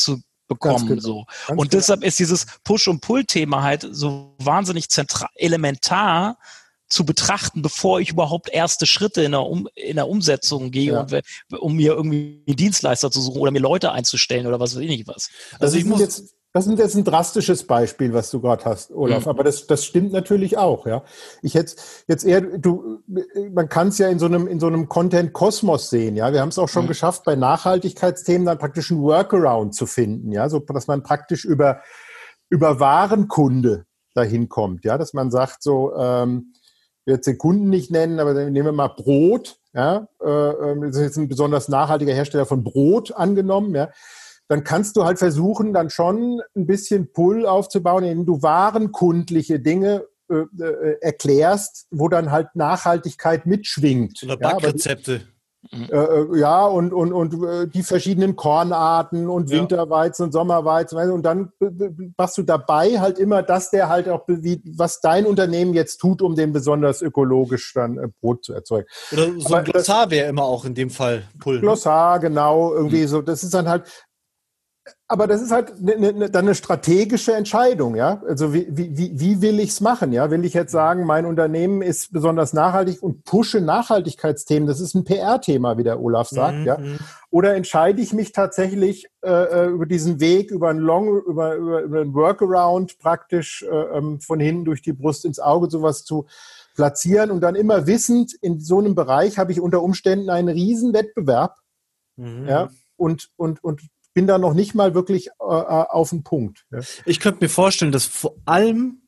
bekommen. Genau. So. Ganz Und genau. deshalb ist dieses Push- und Pull-Thema halt so wahnsinnig elementar zu betrachten, bevor ich überhaupt erste Schritte in der Umsetzung gehe Ja. und um mir irgendwie einen Dienstleister zu suchen oder mir Leute einzusstellen oder was weiß ich nicht was. Also ich muss Das ist jetzt ein drastisches Beispiel, was du gerade hast, Olaf. Aber das stimmt natürlich auch, ja. Ich hätte jetzt eher, man kann es ja in so einem Content-Kosmos sehen, ja. Wir haben es auch schon geschafft, bei Nachhaltigkeitsthemen dann praktisch einen Workaround zu finden, ja, so dass man praktisch über Warenkunde dahin kommt, ja, dass man sagt, so, ich will jetzt den Kunden nicht nennen, aber dann nehmen wir mal Brot, ja, das ist jetzt ein besonders nachhaltiger Hersteller von Brot angenommen, ja. Dann kannst du halt versuchen, dann schon ein bisschen Pull aufzubauen, indem du warenkundliche Dinge erklärst, wo dann halt Nachhaltigkeit mitschwingt. Oder Backrezepte. Ja, und die verschiedenen Kornarten und Winterweizen und Sommerweizen. Und dann machst du dabei halt immer, dass der halt auch, was dein Unternehmen jetzt tut, um den besonders ökologisch dann Brot zu erzeugen. Oder so ein Glossar wäre immer auch in dem Fall Pull. Glossar, genau, irgendwie so. Das ist dann halt, aber das ist halt dann eine strategische Entscheidung, ja. Also wie will ich es machen, ja? Will ich jetzt sagen, mein Unternehmen ist besonders nachhaltig und pushe Nachhaltigkeitsthemen? Das ist ein PR-Thema, wie der Olaf sagt, ja. Oder entscheide ich mich tatsächlich über diesen Weg, über einen Workaround praktisch von hinten durch die Brust ins Auge sowas zu platzieren und dann immer wissend, in so einem Bereich habe ich unter Umständen einen riesen Wettbewerb, ja, und bin da noch nicht mal wirklich auf den Punkt. Ja. Ich könnte mir vorstellen, dass vor allem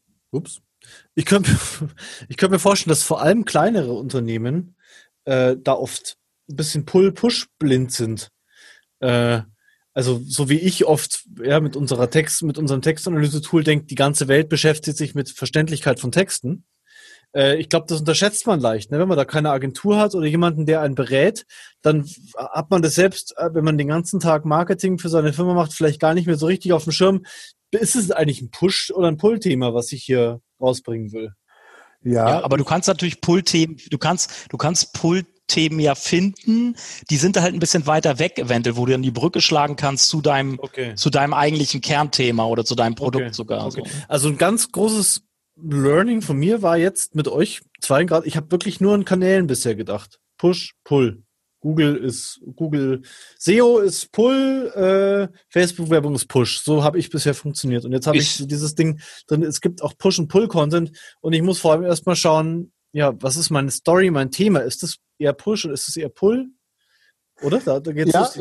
kleinere Unternehmen da oft ein bisschen Pull-Push-blind sind. Also so wie ich oft mit unserem Textanalyse-Tool denke, die ganze Welt beschäftigt sich mit Verständlichkeit von Texten. Ich glaube, das unterschätzt man leicht. Ne? Wenn man da keine Agentur hat oder jemanden, der einen berät, dann hat man das selbst, wenn man den ganzen Tag Marketing für seine Firma macht, vielleicht gar nicht mehr so richtig auf dem Schirm. Ist es eigentlich ein Push- oder ein Pull-Thema, was ich hier rausbringen will? Ja, aber du kannst natürlich Pull-Themen, du kannst Pull-Themen ja finden, die sind da halt ein bisschen weiter weg eventuell, wo du dann die Brücke schlagen kannst zu deinem eigentlichen Kernthema oder zu deinem Produkt sogar. Okay. So. Also ein ganz großes Learning von mir war jetzt mit euch zwei gerade, ich habe wirklich nur an Kanälen bisher gedacht. Push, Pull. Google SEO ist Pull, Facebook-Werbung ist Push. So habe ich bisher funktioniert. Und jetzt habe ich so dieses Ding drin, es gibt auch Push- und Pull-Content und ich muss vor allem erstmal schauen, ja, was ist meine Story, mein Thema? Ist das eher Push oder ist das eher Pull? Oder? Da geht's los.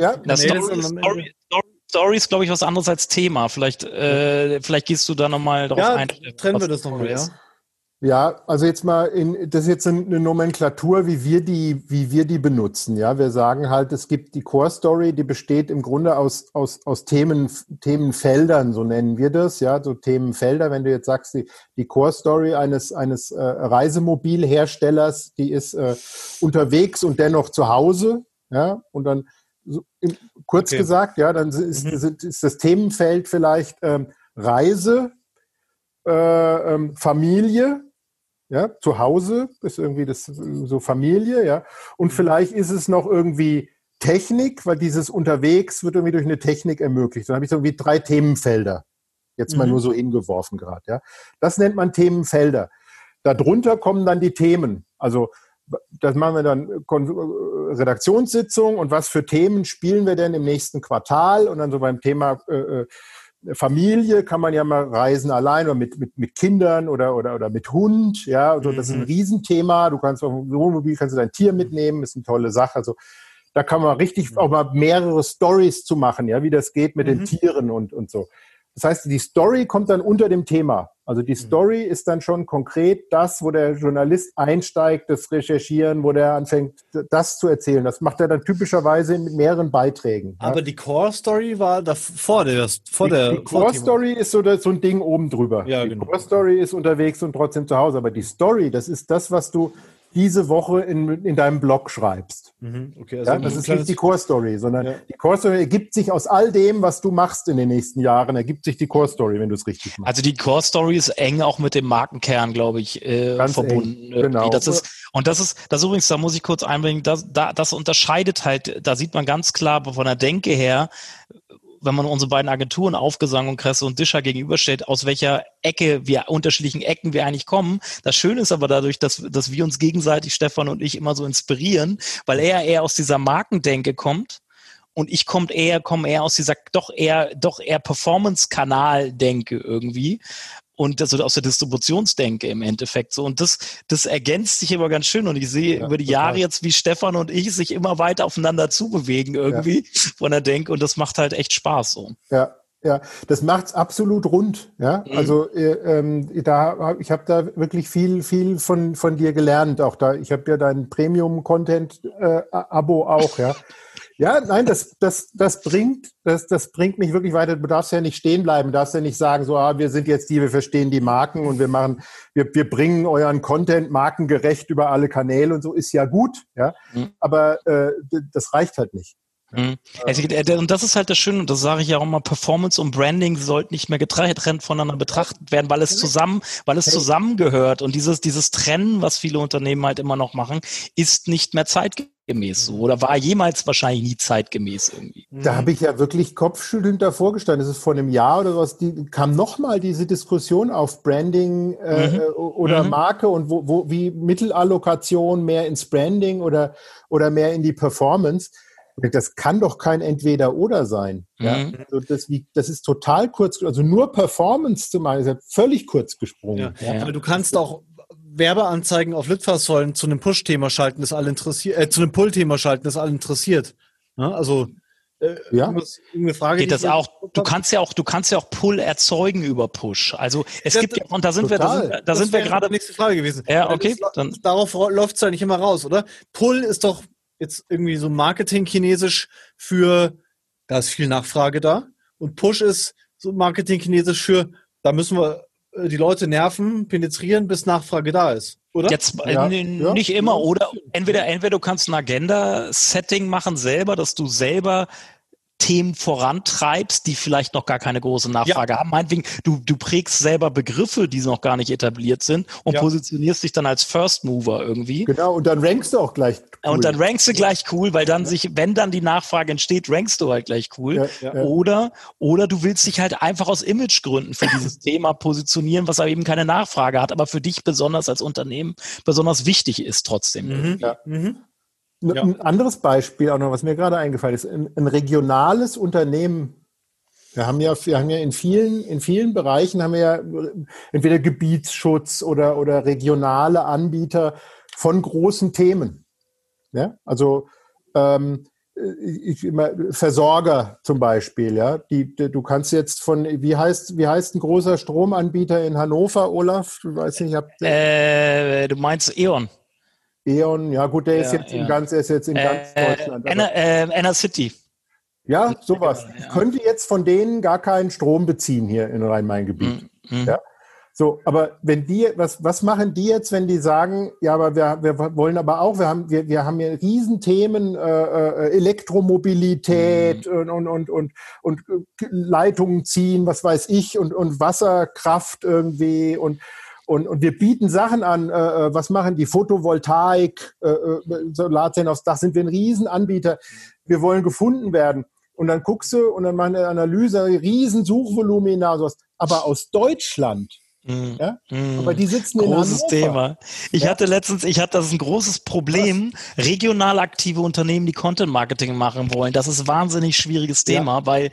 Story ist, glaube ich, was anderes als Thema. Vielleicht gehst du da nochmal drauf ein. Trennen wir das nochmal, ja. Ja, also jetzt mal, das ist jetzt eine Nomenklatur, wie wir die benutzen. Ja, wir sagen halt, es gibt die Core Story, die besteht im Grunde aus Themenfeldern, so nennen wir das. Ja, so Themenfelder. Wenn du jetzt sagst, die Core Story eines Reisemobilherstellers, die ist unterwegs und dennoch zu Hause. Ja, und dann kurz gesagt, ja, dann ist das Themenfeld vielleicht Reise, Familie. Ja, zu Hause ist irgendwie das so Familie, ja. Und vielleicht ist es noch irgendwie Technik, weil dieses unterwegs wird irgendwie durch eine Technik ermöglicht. Dann habe ich so irgendwie 3 Themenfelder. Jetzt mal nur so hingeworfen gerade, ja. Das nennt man Themenfelder. Darunter kommen dann die Themen. Also das machen wir dann Redaktionssitzung und was für Themen spielen wir denn im nächsten Quartal? Und dann so beim Thema Familie kann man ja mal reisen allein oder mit Kindern oder mit Hund, ja, also das ist ein Riesenthema. Du kannst auf dem Wohnmobil kannst du dein Tier mitnehmen, ist eine tolle Sache. Also da kann man richtig auch mal mehrere Stories zu machen, ja, wie das geht mit den Tieren und so. Das heißt, die Story kommt dann unter dem Thema. Also die Story ist dann schon konkret das, wo der Journalist einsteigt, das Recherchieren, wo der anfängt, das zu erzählen. Das macht er dann typischerweise mit mehreren Beiträgen. Aber die Core Story war vor der Die Core Story ist so ein Ding oben drüber. Ja, die genau. Core Story ist unterwegs und trotzdem zu Hause. Aber die Story, das ist das, was du diese Woche in deinem Blog schreibst. Okay, also Ja, das ist nicht die Core Story, sondern die Core Story ergibt sich aus all dem, was du machst in den nächsten Jahren, ergibt sich die Core Story, wenn du es richtig machst. Also die Core Story ist eng auch mit dem Markenkern, glaube ich, verbunden. Genau. Das ist übrigens, da muss ich kurz einbringen, das unterscheidet halt, da sieht man ganz klar von der Denke her, wenn man unsere beiden Agenturen Aufgesang und Kresse und Discher gegenüberstellt, aus welcher unterschiedlichen Ecken wir eigentlich kommen. Das Schöne ist aber dadurch, dass wir uns gegenseitig, Stefan und ich, immer so inspirieren, weil er eher aus dieser Markendenke kommt und ich komme eher aus dieser doch eher Performance-Kanal-Denke irgendwie. Und das aus der Distributionsdenke im Endeffekt so. Und das ergänzt sich aber ganz schön. Und ich sehe über die Jahre jetzt, wie Stefan und ich sich immer weiter aufeinander zubewegen irgendwie von der Denke. Und das macht halt echt Spaß so. Ja, das macht's absolut rund. Ja, also ich habe da wirklich viel von dir gelernt. Auch da, ich habe ja dein Premium-Content-Abo auch. Ja. Ja, nein, das bringt mich wirklich weiter. Du darfst ja nicht stehen bleiben, du darfst ja nicht sagen, so, wir sind jetzt wir verstehen die Marken und wir bringen euren Content markengerecht über alle Kanäle und so, ist ja gut, ja. Aber das reicht halt nicht. Und das ist halt das Schöne, und das sage ich ja auch immer, Performance und Branding sollten nicht mehr getrennt voneinander betrachtet werden, weil es zusammengehört. Und dieses Trennen, was viele Unternehmen halt immer noch machen, ist nicht mehr zeitgemäß so oder war jemals wahrscheinlich nie zeitgemäß irgendwie. Da habe ich ja wirklich kopfschüttelnd davor gestanden. Das ist vor einem Jahr oder was, kam nochmal diese Diskussion auf Branding oder Marke und wie Mittelallokation mehr ins Branding oder mehr in die Performance. Das kann doch kein Entweder-Oder sein. Ja? Also das ist total kurz, also nur Performance zu machen, ist ja völlig kurz gesprungen. Ja. Du kannst auch Werbeanzeigen auf Litfaßsäulen zu einem Push-Thema schalten, das alle interessiert, zu einem Pull-Thema schalten, das alle interessiert. Ja, also irgendeine Frage. Geht das auch? Du kannst ja auch Pull erzeugen über Push. Also es gibt ja, und da sind wir gerade. Die nächste Frage gewesen. Ja, okay. Darauf läuft es ja nicht immer raus, oder? Pull ist doch jetzt irgendwie so Marketing-Chinesisch für, da ist viel Nachfrage da. Und Push ist so Marketing-Chinesisch für, da müssen wir die Leute nerven, penetrieren, bis Nachfrage da ist, oder? Jetzt nicht immer, oder? Entweder du kannst ein Agenda-Setting machen selber, dass du selber Themen vorantreibst, die vielleicht noch gar keine große Nachfrage haben. Meinetwegen, du prägst selber Begriffe, die noch gar nicht etabliert sind und positionierst dich dann als First Mover irgendwie. Genau, und dann rankst du auch gleich cool. Und dann rankst du gleich cool, weil dann wenn dann die Nachfrage entsteht, rankst du halt gleich cool. Ja. Oder du willst dich halt einfach aus Imagegründen für dieses Thema positionieren, was aber eben keine Nachfrage hat, aber für dich besonders als Unternehmen besonders wichtig ist trotzdem. Ein anderes Beispiel auch noch, was mir gerade eingefallen ist, ein regionales Unternehmen. Wir haben ja in vielen Bereichen haben wir ja entweder Gebietsschutz oder regionale Anbieter von großen Themen. Ja, also Versorger zum Beispiel, ja, du kannst jetzt wie heißt ein großer Stromanbieter in Hannover, Olaf? Du weißt nicht, du meinst E.ON. E.ON, ja gut, der ist jetzt in ganz Deutschland. Enercity. Ja, sowas. Ich könnte jetzt von denen gar keinen Strom beziehen hier in Rhein-Main-Gebiet. Ja? So, aber wenn was machen die jetzt, wenn die sagen, ja, aber wir wollen aber auch, wir haben hier Riesenthemen, Elektromobilität und Leitungen ziehen, was weiß ich, und Wasserkraft irgendwie und wir bieten Sachen an, was machen die? Photovoltaik, Solarzellen aufs Dach, sind wir ein Riesenanbieter. Wir wollen gefunden werden. Und dann guckst du und dann machen eine Analyse, riesen Suchvolumina, sowas. Aber aus Deutschland. Ja? Aber die sitzen in Hannover. Großes Thema. Das ist ein großes Problem. Regional aktive Unternehmen, die Content-Marketing machen wollen, das ist ein wahnsinnig schwieriges Thema, weil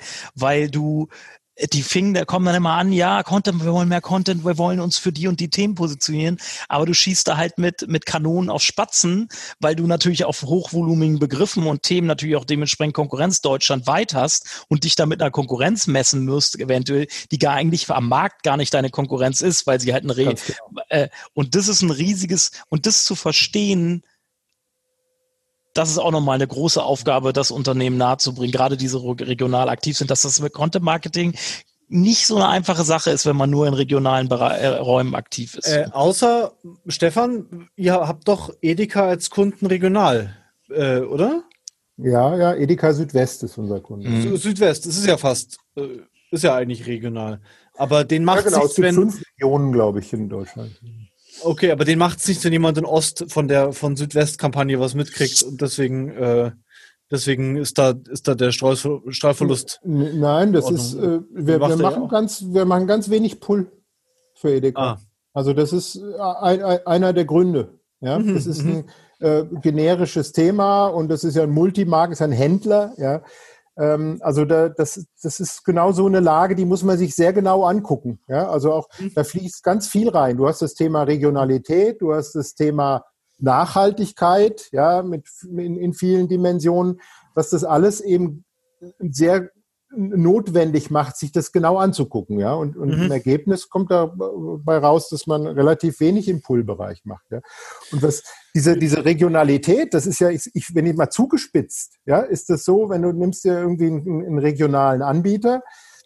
da kommen dann immer an, ja, Content, wir wollen mehr Content, wir wollen uns für die und die Themen positionieren, aber du schießt da halt mit Kanonen auf Spatzen, weil du natürlich auf hochvolumigen Begriffen und Themen natürlich auch dementsprechend Konkurrenz deutschlandweit hast und dich da mit einer Konkurrenz messen musst, eventuell, die gar eigentlich am Markt gar nicht deine Konkurrenz ist, weil sie halt und das ist ein riesiges, und das zu verstehen, das ist auch nochmal eine große Aufgabe, das Unternehmen nahezubringen, gerade diese regional aktiv sind, dass das mit Content-Marketing nicht so eine einfache Sache ist, wenn man nur in regionalen Räumen aktiv ist. Außer, Stefan, ihr habt doch Edeka als Kunden regional, oder? Ja, Edeka Südwest ist unser Kunde. Südwest, das ist ja fast, ist ja eigentlich regional. Aber den macht es gibt 5 Millionen, glaube ich, in Deutschland. Okay, aber den macht es nicht, wenn jemand in Ost von Südwest-Kampagne was mitkriegt und deswegen Deswegen ist da der Strahlverlust. Nein, das ist, wir machen ganz wenig Pull für Edeka. Also das ist einer der Gründe. Ja, das ist ein generisches Thema und das ist ja ein Multimarkt, ist ein Händler. Ja, also das ist genau so eine Lage, die muss man sich sehr genau angucken. Ja, also auch da fließt ganz viel rein. Du hast das Thema Regionalität, du hast das Thema Nachhaltigkeit, ja, in vielen Dimensionen, was das alles eben sehr notwendig macht, sich das genau anzugucken, ja, und im Ergebnis kommt dabei raus, dass man relativ wenig im Pull-Bereich macht, ja. Und was diese Regionalität, das ist ja, wenn ich mal zugespitzt, ja, ist das so, wenn du nimmst dir irgendwie einen regionalen Anbieter,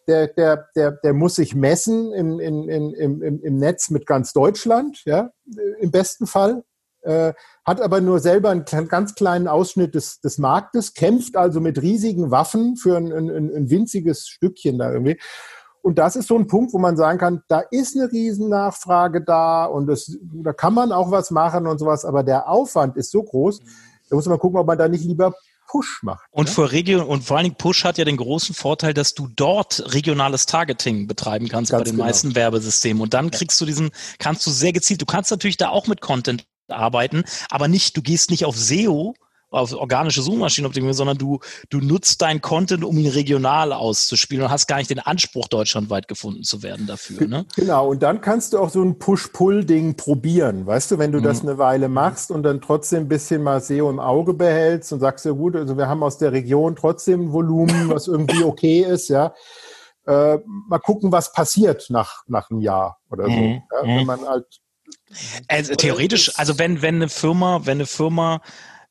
der muss sich messen im Netz mit ganz Deutschland, ja, im besten Fall. Hat aber nur selber einen ganz kleinen Ausschnitt des Marktes, kämpft also mit riesigen Waffen für ein winziges Stückchen da irgendwie. Und das ist so ein Punkt, wo man sagen kann, da ist eine Riesennachfrage da und da kann man auch was machen und sowas, aber der Aufwand ist so groß, da muss man gucken, ob man da nicht lieber Push macht. Und vor allen Dingen Push hat ja den großen Vorteil, dass du dort regionales Targeting betreiben kannst bei den meisten Werbesystemen. Und dann kannst du sehr gezielt, du kannst natürlich da auch mit Content arbeiten, aber du gehst nicht auf SEO, auf organische Suchmaschinenoptimierung, sondern du nutzt deinen Content, um ihn regional auszuspielen und hast gar nicht den Anspruch, deutschlandweit gefunden zu werden dafür. Ne? Genau, und dann kannst du auch so ein Push-Pull-Ding probieren, weißt du, wenn du das eine Weile machst und dann trotzdem ein bisschen mal SEO im Auge behältst und sagst, ja gut, also wir haben aus der Region trotzdem ein Volumen, was irgendwie okay ist, ja. Mal gucken, was passiert nach einem Jahr oder so. Ja, wenn man halt also theoretisch, also wenn eine Firma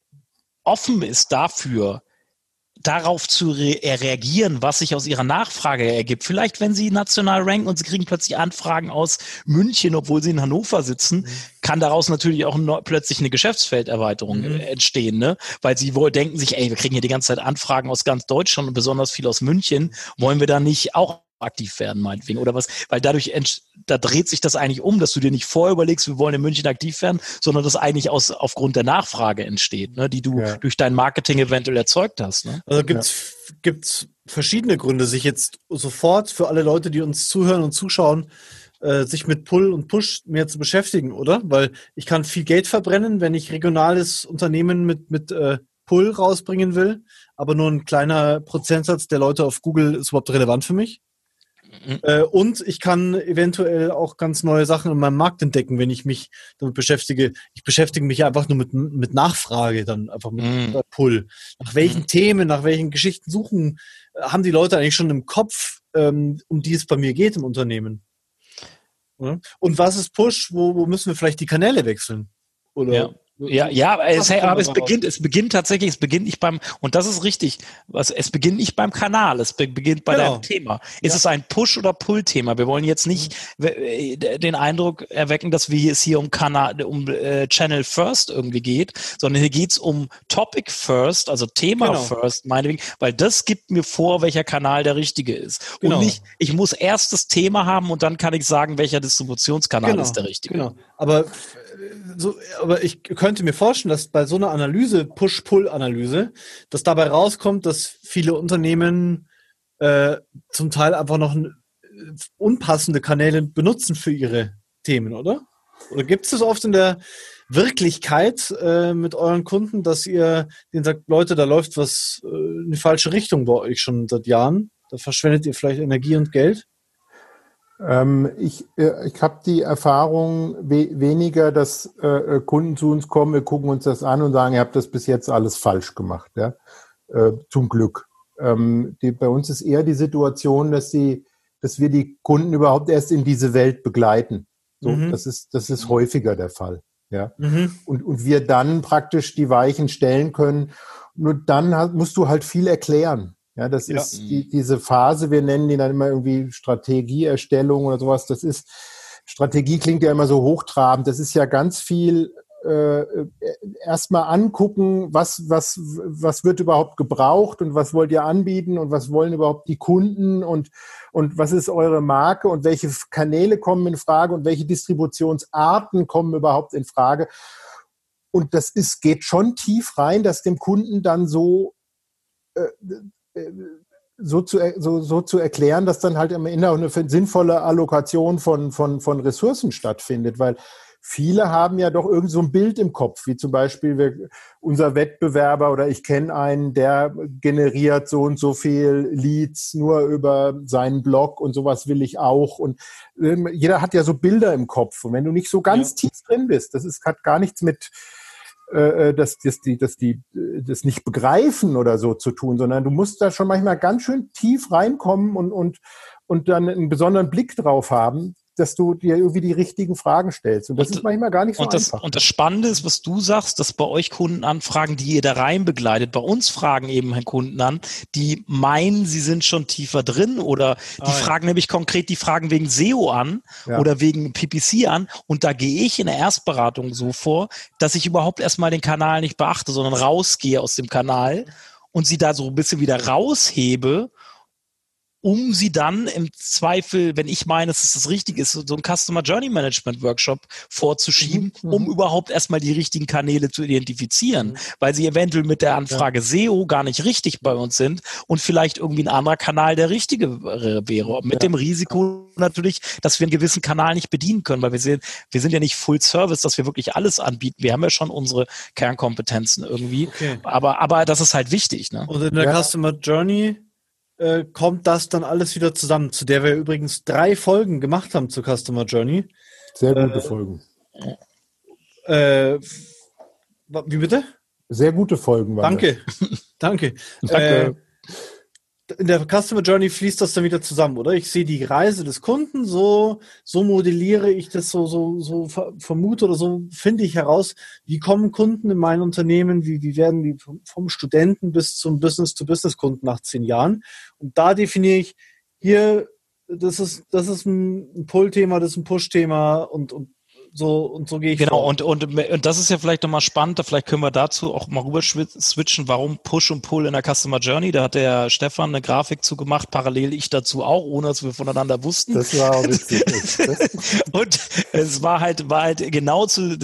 offen ist dafür, darauf zu reagieren, was sich aus ihrer Nachfrage ergibt. Vielleicht, wenn sie national ranken und sie kriegen plötzlich Anfragen aus München, obwohl sie in Hannover sitzen, kann daraus natürlich auch plötzlich eine Geschäftsfelderweiterung entstehen, ne? Weil sie wohl denken sich, wir kriegen hier die ganze Zeit Anfragen aus ganz Deutschland und besonders viel aus München. Wollen wir da nicht auch aktiv werden, meinetwegen, oder was? Weil da dreht sich das eigentlich um, dass du dir nicht vorher überlegst, wir wollen in München aktiv werden, sondern das eigentlich aufgrund der Nachfrage entsteht, ne, die du durch dein Marketing eventuell erzeugt hast. Ne? Also gibt's verschiedene Gründe, sich jetzt sofort für alle Leute, die uns zuhören und zuschauen, sich mit Pull und Push mehr zu beschäftigen, oder? Weil ich kann viel Geld verbrennen, wenn ich regionales Unternehmen mit Pull rausbringen will, aber nur ein kleiner Prozentsatz der Leute auf Google ist überhaupt relevant für mich. Und ich kann eventuell auch ganz neue Sachen in meinem Markt entdecken, wenn ich mich damit beschäftige. Ich beschäftige mich einfach nur mit Nachfrage, dann einfach mit Pull. Nach welchen Themen, nach welchen Geschichten haben die Leute eigentlich schon im Kopf, um die es bei mir geht im Unternehmen. Und was ist Push? Wo müssen wir vielleicht die Kanäle wechseln? Oder aber es beginnt nicht beim, und das ist richtig, es beginnt nicht beim Kanal, es beginnt bei deinem Thema. Ist es ein Push- oder Pull-Thema? Wir wollen jetzt nicht den Eindruck erwecken, dass es hier um Channel First irgendwie geht, sondern hier geht's um Topic First, also Thema First, meinetwegen, weil das gibt mir vor, welcher Kanal der richtige ist. Und nicht, ich muss erst das Thema haben und dann kann ich sagen, welcher Distributionskanal ist der richtige. Genau. Aber ich könnte mir vorstellen, dass bei so einer Analyse, Push-Pull-Analyse, dass dabei rauskommt, dass viele Unternehmen zum Teil einfach noch unpassende Kanäle benutzen für ihre Themen, oder? Oder gibt es das oft in der Wirklichkeit mit euren Kunden, dass ihr denen sagt, Leute, da läuft was in die falsche Richtung bei euch schon seit Jahren? Da verschwendet ihr vielleicht Energie und Geld? Ich habe die Erfahrung weniger, dass Kunden zu uns kommen, wir gucken uns das an und sagen, ihr habt das bis jetzt alles falsch gemacht. Ja? Zum Glück. Bei uns ist eher die Situation, dass wir die Kunden überhaupt erst in diese Welt begleiten. So, das ist häufiger der Fall. Ja? Und wir dann praktisch die Weichen stellen können. Nur dann musst du halt viel erklären. Ja, das ist diese Phase, wir nennen die dann immer irgendwie Strategieerstellung oder sowas. Strategie klingt ja immer so hochtrabend. Das ist ja ganz viel erstmal angucken, was wird überhaupt gebraucht und was wollt ihr anbieten und was wollen überhaupt die Kunden und was ist eure Marke und welche Kanäle kommen in Frage und welche Distributionsarten kommen überhaupt in Frage. Und geht schon tief rein, dass dem Kunden dann so so zu erklären, dass dann halt am Ende auch eine sinnvolle Allokation von Ressourcen stattfindet, weil viele haben ja doch irgend so ein Bild im Kopf, wie zum Beispiel unser Wettbewerber oder ich kenne einen, der generiert so und so viel Leads nur über seinen Blog und sowas will ich auch. Und jeder hat ja so Bilder im Kopf. Und wenn du nicht so ganz tief drin bist, hat gar nichts mit das nicht begreifen oder so zu tun, sondern du musst da schon manchmal ganz schön tief reinkommen und dann einen besonderen Blick drauf haben, dass du dir irgendwie die richtigen Fragen stellst. Und das ist manchmal gar nicht so einfach. Und das Spannende ist, was du sagst, dass bei euch Kundenanfragen, die ihr da rein begleitet, bei uns fragen eben Kunden an, die meinen, sie sind schon tiefer drin oder die fragen nämlich konkret die Fragen wegen SEO an oder wegen PPC an. Und da gehe ich in der Erstberatung so vor, dass ich überhaupt erstmal den Kanal nicht beachte, sondern rausgehe aus dem Kanal und sie da so ein bisschen wieder raushebe, um sie dann im Zweifel, wenn ich meine, dass es das Richtige ist, so einen Customer Journey Management Workshop vorzuschieben, um überhaupt erstmal die richtigen Kanäle zu identifizieren, weil sie eventuell mit der Anfrage SEO gar nicht richtig bei uns sind und vielleicht irgendwie ein anderer Kanal der richtige wäre. Mit dem Risiko natürlich, dass wir einen gewissen Kanal nicht bedienen können, weil wir sind ja nicht Full Service, dass wir wirklich alles anbieten. Wir haben ja schon unsere Kernkompetenzen irgendwie, aber das ist halt wichtig. Ne? Und in der Customer Journey kommt das dann alles wieder zusammen, zu der wir übrigens 3 Folgen gemacht haben zur Customer Journey. Sehr gute Folgen. Wie bitte? Sehr gute Folgen waren Danke. In der Customer Journey fließt das dann wieder zusammen, oder? Ich sehe die Reise des Kunden, so modelliere ich das, so vermute oder so finde ich heraus, wie kommen Kunden in mein Unternehmen, wie werden die vom Studenten bis zum Business-to-Business-Kunden nach 10 Jahren. Und da definiere ich hier, das ist ein Pull-Thema, das ist ein Push-Thema und so gehe ich vor. Und das ist ja vielleicht nochmal spannend, vielleicht können wir dazu auch mal rüber switchen, warum Push und Pull in der Customer Journey. Da hat der Stefan eine Grafik zu gemacht, parallel ich dazu auch, ohne dass wir voneinander wussten. Das war auch richtig. Und es war halt genau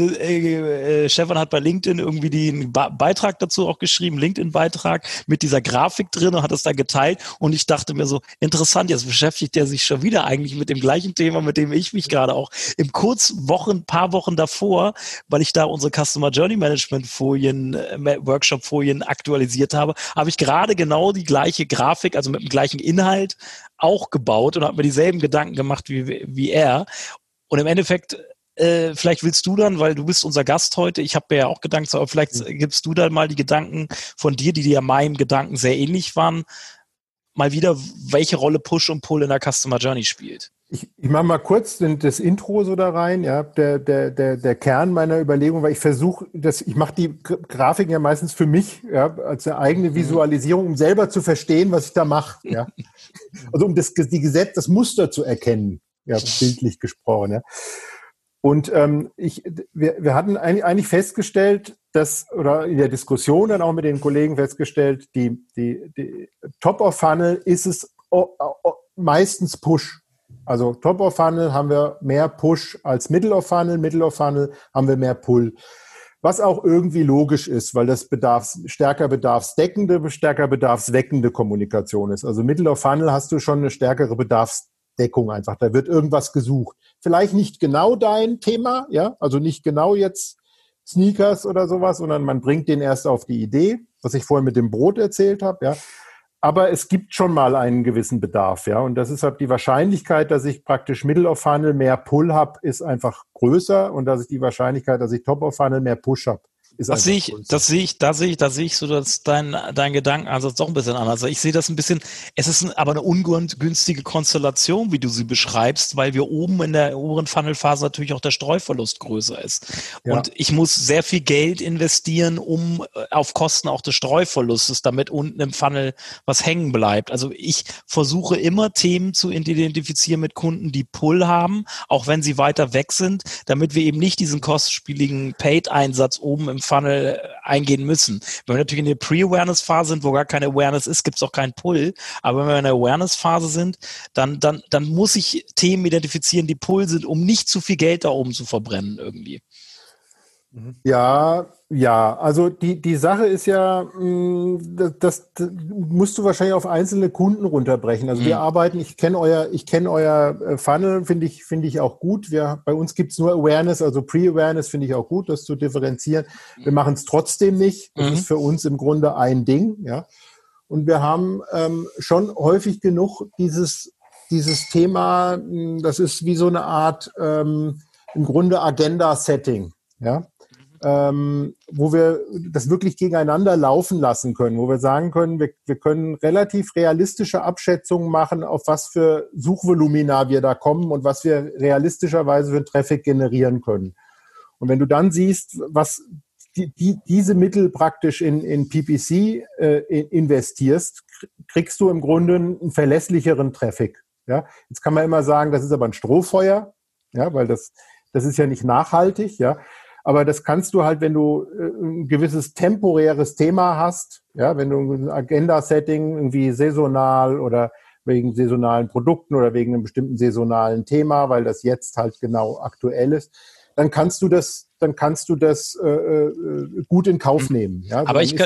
Stefan hat bei LinkedIn irgendwie den Beitrag dazu auch geschrieben, LinkedIn-Beitrag mit dieser Grafik drin und hat es dann geteilt und ich dachte mir so, interessant, jetzt beschäftigt er sich schon wieder eigentlich mit dem gleichen Thema, mit dem ich mich gerade auch im ein paar Wochen davor, weil ich da unsere Customer Journey Management Workshop-Folien aktualisiert habe ich gerade genau die gleiche Grafik, also mit dem gleichen Inhalt auch gebaut und habe mir dieselben Gedanken gemacht wie er. Und im Endeffekt, vielleicht willst du dann, weil du bist unser Gast heute, ich habe mir ja auch Gedanken, aber vielleicht gibst du dann mal die Gedanken von dir, die ja meinem Gedanken sehr ähnlich waren, mal wieder, welche Rolle Push und Pull in der Customer Journey spielt. Ich mache mal kurz das Intro so da rein, der Kern meiner Überlegung, weil ich mache die Grafiken ja meistens für mich, als eine eigene Visualisierung, um selber zu verstehen, was ich da mache, Also um das Muster zu erkennen, bildlich gesprochen, Und wir hatten eigentlich festgestellt, oder in der Diskussion dann auch mit den Kollegen festgestellt, die Top of Funnel ist es meistens Push. Also Top of Funnel haben wir mehr Push als Middle of Funnel haben wir mehr Pull. Was auch irgendwie logisch ist, weil das stärker bedarfsweckende Kommunikation ist. Also Middle of Funnel hast du schon eine stärkere Bedarfsdeckung einfach. Da wird irgendwas gesucht. Vielleicht nicht genau dein Thema, also nicht genau jetzt Sneakers oder sowas, sondern man bringt den erst auf die Idee, was ich vorhin mit dem Brot erzählt habe, Aber es gibt schon mal einen gewissen Bedarf, Und das ist halt die Wahrscheinlichkeit, dass ich praktisch Middle of Funnel mehr Pull habe, ist einfach größer und dass ich die Wahrscheinlichkeit, dass ich Top of Funnel mehr Push habe, ist da sehe ich so, dass dein Gedankenansatz doch ein bisschen anders. Ich sehe das ein bisschen, es ist aber eine ungünstige Konstellation, wie du sie beschreibst, weil wir oben in der oberen Funnelphase natürlich auch der Streuverlust größer ist. Und ich muss sehr viel Geld investieren, um auf Kosten auch des Streuverlustes, damit unten im Funnel was hängen bleibt. Also ich versuche immer Themen zu identifizieren mit Kunden, die Pull haben, auch wenn sie weiter weg sind, damit wir eben nicht diesen kostspieligen Paid-Einsatz oben im Funnel eingehen müssen. Wenn wir natürlich in der Pre-Awareness-Phase sind, wo gar keine Awareness ist, gibt es auch keinen Pull. Aber wenn wir in der Awareness-Phase sind, dann muss ich Themen identifizieren, die Pull sind, um nicht zu viel Geld da oben zu verbrennen irgendwie. Ja, also die Sache ist ja, das musst du wahrscheinlich auf einzelne Kunden runterbrechen. Also wir arbeiten, ich kenne euer Funnel, finde ich auch gut. Bei uns gibt's nur Awareness, also Pre-Awareness finde ich auch gut, das zu differenzieren. Wir machen es trotzdem nicht. Das ist für uns im Grunde ein Ding, ja. Und wir haben schon häufig genug dieses Thema, das ist wie so eine Art im Grunde Agenda-Setting, ja. Wo wir das wirklich gegeneinander laufen lassen können, wo wir sagen können, wir können relativ realistische Abschätzungen machen, auf was für Suchvolumina wir da kommen und was wir realistischerweise für Traffic generieren können. Und wenn du dann siehst, was diese Mittel praktisch in PPC investierst, kriegst du im Grunde einen verlässlicheren Traffic. Ja? Jetzt kann man immer sagen, das ist aber ein Strohfeuer, ja, weil das ist ja nicht nachhaltig, ja. Aber das kannst du halt, wenn du ein gewisses temporäres Thema hast, ja, wenn du ein Agenda-Setting irgendwie saisonal oder wegen saisonalen Produkten oder wegen einem bestimmten saisonalen Thema, weil das jetzt halt genau aktuell ist, dann kannst du das gut in Kauf nehmen. Ja, also aber ich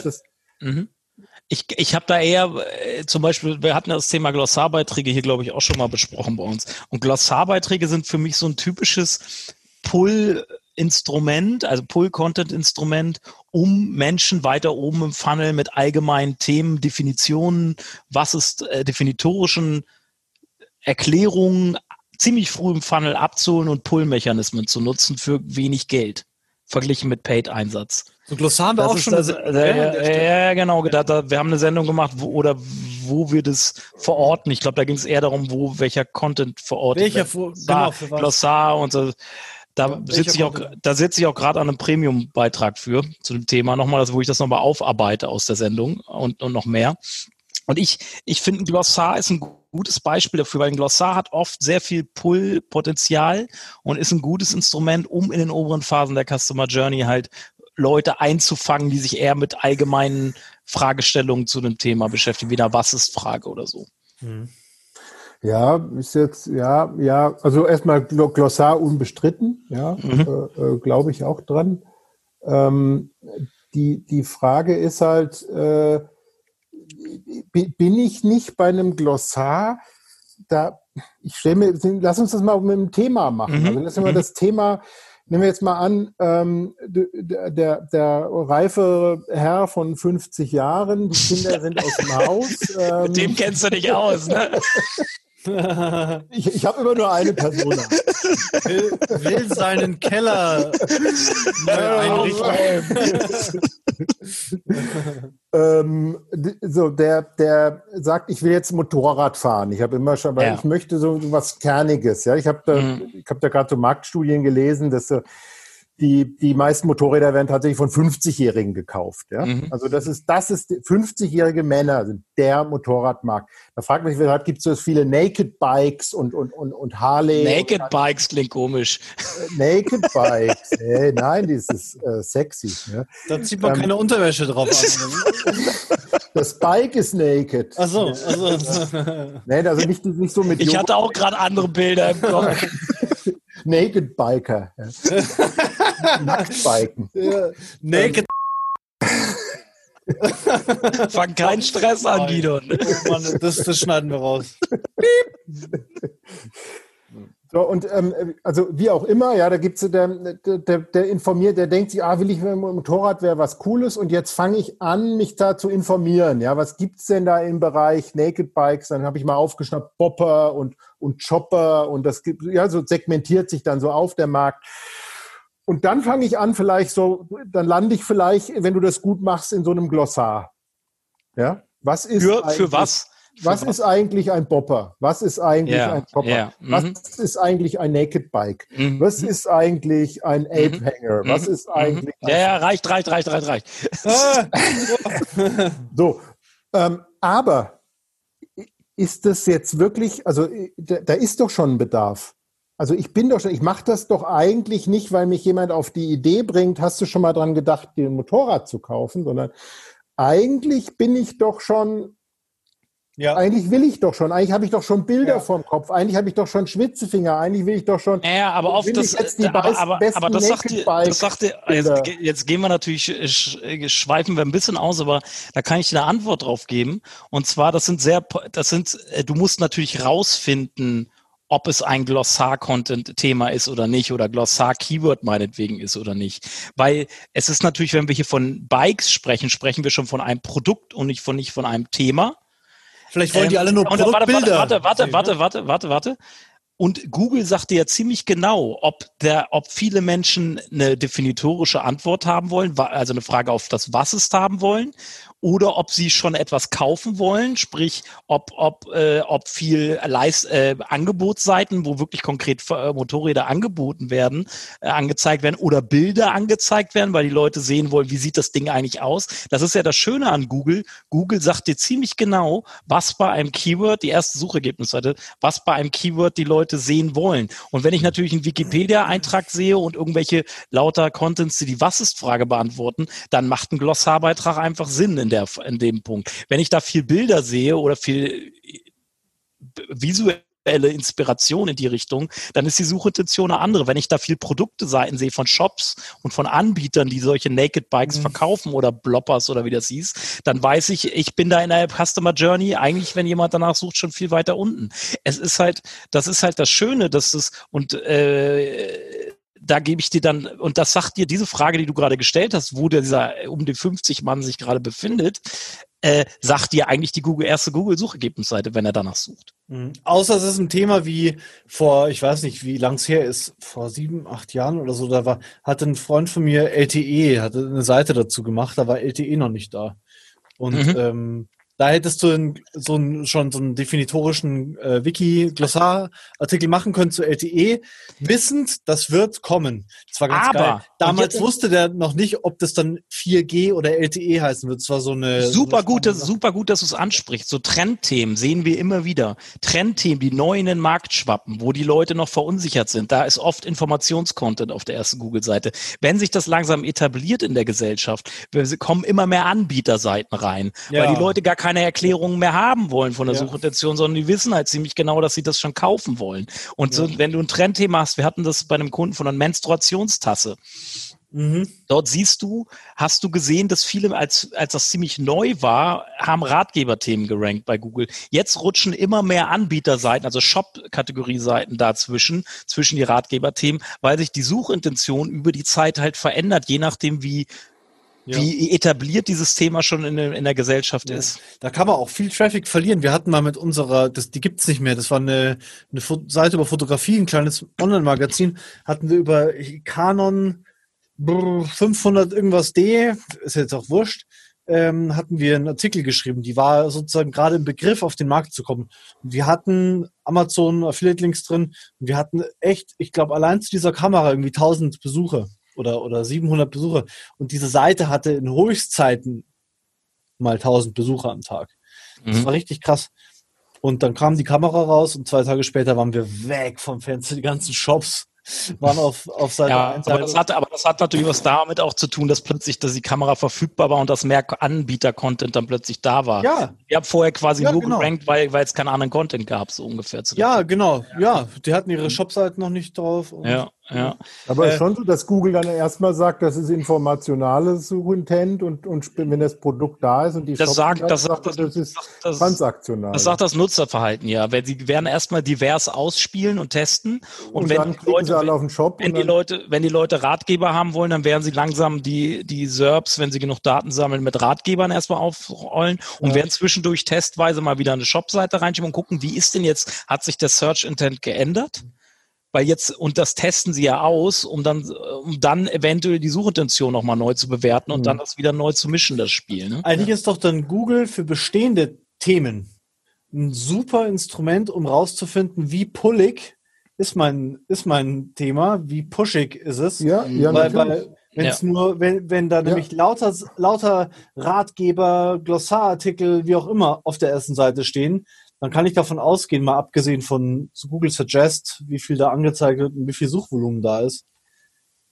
habe da eher, zum Beispiel, wir hatten das Thema Glossarbeiträge hier, glaube ich, auch schon mal besprochen bei uns. Und Glossarbeiträge sind für mich so ein typisches Pull-Instrument, also Pull-Content-Instrument, um Menschen weiter oben im Funnel mit allgemeinen Themen, Definitionen, was ist definitorischen Erklärungen ziemlich früh im Funnel abzuholen und Pull-Mechanismen zu nutzen für wenig Geld, verglichen mit Paid-Einsatz. So Glossar haben wir auch schon. Ja, genau. Wir haben eine Sendung gemacht, wo wir das verorten. Ich glaube, da ging es eher darum, welcher Content verortet wird. Genau, für was? Glossar und so. Da sitze ich auch gerade an einem Premium-Beitrag zu dem Thema nochmal, wo ich das nochmal aufarbeite aus der Sendung und noch mehr. Und ich finde, ein Glossar ist ein gutes Beispiel dafür, weil ein Glossar hat oft sehr viel Pull-Potenzial und ist ein gutes Instrument, um in den oberen Phasen der Customer Journey halt Leute einzufangen, die sich eher mit allgemeinen Fragestellungen zu dem Thema beschäftigen, wie eine Was-ist-Frage oder so. Ja, ist jetzt, ja, also erstmal Glossar unbestritten, ja, glaube ich auch dran. Die Frage ist halt, bin ich nicht bei einem Glossar, lass uns das mal mit dem Thema machen. Also lassen wir das Thema, nehmen wir jetzt mal an, der reife Herr von 50 Jahren, die Kinder sind aus dem Haus. Mit dem kennst du dich aus, ne? Ich habe immer nur eine Person. Will seinen Keller einrichten. So, der sagt, ich will jetzt Motorrad fahren. Ich habe immer schon, weil ich möchte so was Kerniges. Ja, ich habe da gerade so Marktstudien gelesen, dass die meisten Motorräder werden tatsächlich von 50-Jährigen gekauft. Ja? Also das ist 50-jährige Männer sind der Motorradmarkt. Da fragt man sich, weshalb gibt es so viele Naked Bikes und Harley? Naked Bikes klingt komisch. Naked Bikes, nein, das ist sexy. Ja? Da zieht man keine Unterwäsche drauf an. Das Bike ist naked. Ach so. Nein, also nicht so mit. Ich hatte auch gerade andere Bilder im Kopf. Naked Biker. Ja. Nacktbiken. Ja. Naked. Fang keinen Stress an, Gidon. Oh Mann, das schneiden wir raus. So, und also wie auch immer, ja, da gibt's der informiert, der denkt sich, will ich mit dem Motorrad, wäre was Cooles, und jetzt fange ich an, mich da zu informieren. Ja, was gibt's denn da im Bereich Naked Bikes? Dann habe ich mal aufgeschnappt, Bopper und Chopper, und das gibt, ja, so segmentiert sich dann so auf der Markt. Und dann fange ich an, dann lande ich vielleicht, wenn du das gut machst, in so einem Glossar. Ja, was ist für was? Was ist eigentlich ein Bopper? Was ist eigentlich ein Chopper? Was ist eigentlich ein Naked Bike? Was ist eigentlich ein Ape-Hanger? Was ist eigentlich... Reicht. So, aber ist das jetzt wirklich... Also da ist doch schon ein Bedarf. Also ich mache das doch eigentlich nicht, weil mich jemand auf die Idee bringt, hast du schon mal dran gedacht, dir ein Motorrad zu kaufen, sondern eigentlich bin ich doch schon... Ja. Eigentlich will ich doch schon, eigentlich habe ich doch schon Bilder vorm Kopf, eigentlich habe ich doch schon Schwitzefinger, eigentlich will ich doch schon. Ja, aber oft das, aber das sagt dir, jetzt gehen wir natürlich, schweifen wir ein bisschen aus, aber da kann ich dir eine Antwort drauf geben. Und zwar, du musst natürlich rausfinden, ob es ein Glossar-Content-Thema ist oder nicht oder Glossar-Keyword meinetwegen ist oder nicht. Weil es ist natürlich, wenn wir hier von Bikes sprechen, sprechen wir schon von einem Produkt und nicht von einem Thema. Vielleicht wollen die alle nur Produktbilder. Warte. Und Google sagt dir ja ziemlich genau, ob viele Menschen eine definitorische Antwort haben wollen, also eine Frage auf das Was ist haben wollen, oder ob sie schon etwas kaufen wollen, sprich, ob viel Angebotsseiten, wo wirklich konkret Motorräder angeboten werden, angezeigt werden oder Bilder angezeigt werden, weil die Leute sehen wollen, wie sieht das Ding eigentlich aus. Das ist ja das Schöne an Google. Google sagt dir ziemlich genau, was bei einem Keyword, die erste Suchergebnisseite, was bei einem Keyword die Leute sehen wollen. Und wenn ich natürlich einen Wikipedia-Eintrag sehe und irgendwelche lauter Contents, die Was-ist-Frage beantworten, dann macht ein Glossarbeitrag einfach Sinn in dem Punkt. Wenn ich da viel Bilder sehe oder viel visuelle Inspiration in die Richtung, dann ist die Suchintention eine andere. Wenn ich da viel Produkteseiten sehe von Shops und von Anbietern, die solche Naked Bikes verkaufen oder Bloppers oder wie das hieß, dann weiß ich bin da in der Customer Journey eigentlich, wenn jemand danach sucht, schon viel weiter unten. Das ist halt das Schöne, dass es da gebe ich dir dann, und das sagt dir diese Frage, die du gerade gestellt hast, wo dieser um die 50 Mann sich gerade befindet, sagt dir eigentlich die erste Google-Suchergebnisseite, wenn er danach sucht. Außer es ist ein Thema wie vor, ich weiß nicht, wie lang es her ist, vor 7, 8 Jahren oder so, hatte ein Freund von mir LTE, hatte eine Seite dazu gemacht, da war LTE noch nicht da. Und da hättest du schon so einen definitorischen Wiki-Glossar-Artikel machen können zu LTE, wissend, das wird kommen. Das war ganz geil. Damals wusste der noch nicht, ob das dann 4G oder LTE heißen wird. Das war so eine super gut, dass du es ansprichst. So Trendthemen sehen wir immer wieder. Trendthemen, die neu in den Markt schwappen, wo die Leute noch verunsichert sind. Da ist oft Informationscontent auf der ersten Google-Seite. Wenn sich das langsam etabliert in der Gesellschaft, kommen immer mehr Anbieterseiten rein, weil die Leute gar keine Erklärungen mehr haben wollen von der Suchintention, sondern die wissen halt ziemlich genau, dass sie das schon kaufen wollen. Und so, wenn du ein Trendthema hast, wir hatten das bei einem Kunden von einer Menstruationstasse. Dort hast du gesehen, dass viele, als das ziemlich neu war, haben Ratgeberthemen gerankt bei Google. Jetzt rutschen immer mehr Anbieterseiten, also Shop-Kategorie-Seiten zwischen die Ratgeberthemen, weil sich die Suchintention über die Zeit halt verändert, je nachdem wie etabliert dieses Thema schon in der Gesellschaft ist. Da kann man auch viel Traffic verlieren. Wir hatten mal mit die gibt's nicht mehr, das war eine Seite über Fotografie, ein kleines Online-Magazin, hatten wir über Canon 500 irgendwas D, ist jetzt auch wurscht, hatten wir einen Artikel geschrieben, die war sozusagen gerade im Begriff, auf den Markt zu kommen. Und wir hatten Amazon Affiliate-Links drin und wir hatten echt, ich glaube, allein zu dieser Kamera irgendwie 1000 Besucher. Oder 700 Besucher. Und diese Seite hatte in Höchstzeiten mal 1000 Besucher am Tag. Das war richtig krass. Und dann kam die Kamera raus und 2 Tage später waren wir weg vom Fenster. Die ganzen Shops waren auf Seite 1. Aber das hat natürlich was damit auch zu tun, dass die Kamera verfügbar war und dass mehr Anbieter-Content dann plötzlich da war. Ja. Ich habe vorher quasi nur gerankt, weil es keinen anderen Content gab, so ungefähr. Genau. Ja, die hatten ihre Shopseiten noch nicht drauf. Ja. Aber es ist schon so, dass Google dann erstmal sagt, das ist informationales Suchintent und wenn das Produkt da ist und die das ist transaktional. Das sagt das Nutzerverhalten, ja. Sie werden erstmal divers ausspielen und testen und wenn dann klicken sie alle auf den Shop. Wenn die Leute Ratgeber haben wollen, dann werden sie langsam die SERPs, wenn sie genug Daten sammeln, mit Ratgebern erstmal aufrollen und werden zwischendurch testweise mal wieder eine Shopseite reinschieben und gucken, wie ist denn jetzt, hat sich der Search Intent geändert? Weil und das testen sie ja aus, um dann eventuell die Suchintention nochmal neu zu bewerten und dann das wieder neu zu mischen, das Spiel. Ne? Eigentlich ist doch dann Google für bestehende Themen ein super Instrument, um rauszufinden, wie pullig ist mein Thema, wie pushig ist es. Weil wenn da nämlich lauter Ratgeber, Glossarartikel, wie auch immer auf der ersten Seite stehen, dann kann ich davon ausgehen, mal abgesehen von Google Suggest, wie viel da angezeigt wird und wie viel Suchvolumen da ist,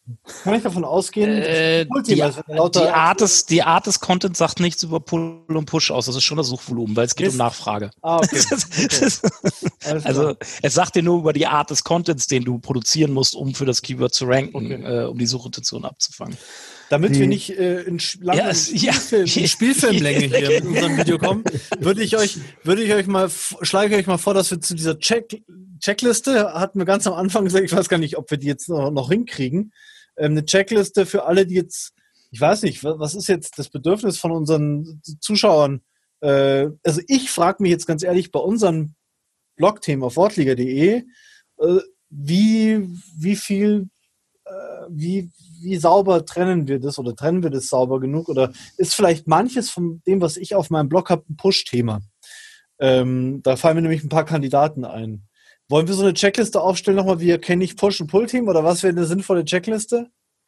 Kann ich davon ausgehen, die Art des Contents sagt nichts über Pull und Push aus. Das ist schon das Suchvolumen, weil es geht um Nachfrage. Okay. Also es sagt dir nur über die Art des Contents, den du produzieren musst, um für das Keyword zu ranken, um die Suchintention abzufangen. Damit wir nicht in Spielfilmlänge hier in unserem Video kommen, schlage ich euch mal vor, dass wir zu dieser Checkliste, hatten wir ganz am Anfang gesagt, ich weiß gar nicht, ob wir die jetzt noch hinkriegen, eine Checkliste für alle, die jetzt, ich weiß nicht, was ist jetzt das Bedürfnis von unseren Zuschauern? Also ich frage mich jetzt ganz ehrlich bei unseren Blogthemen auf wortliga.de, wie sauber trennen wir das oder trennen wir das sauber genug oder ist vielleicht manches von dem, was ich auf meinem Blog habe, ein Push-Thema? Da fallen mir nämlich ein paar Kandidaten ein. Wollen wir so eine Checkliste aufstellen nochmal, wie erkenne ich Push- und Pull-Team oder was wäre eine sinnvolle Checkliste?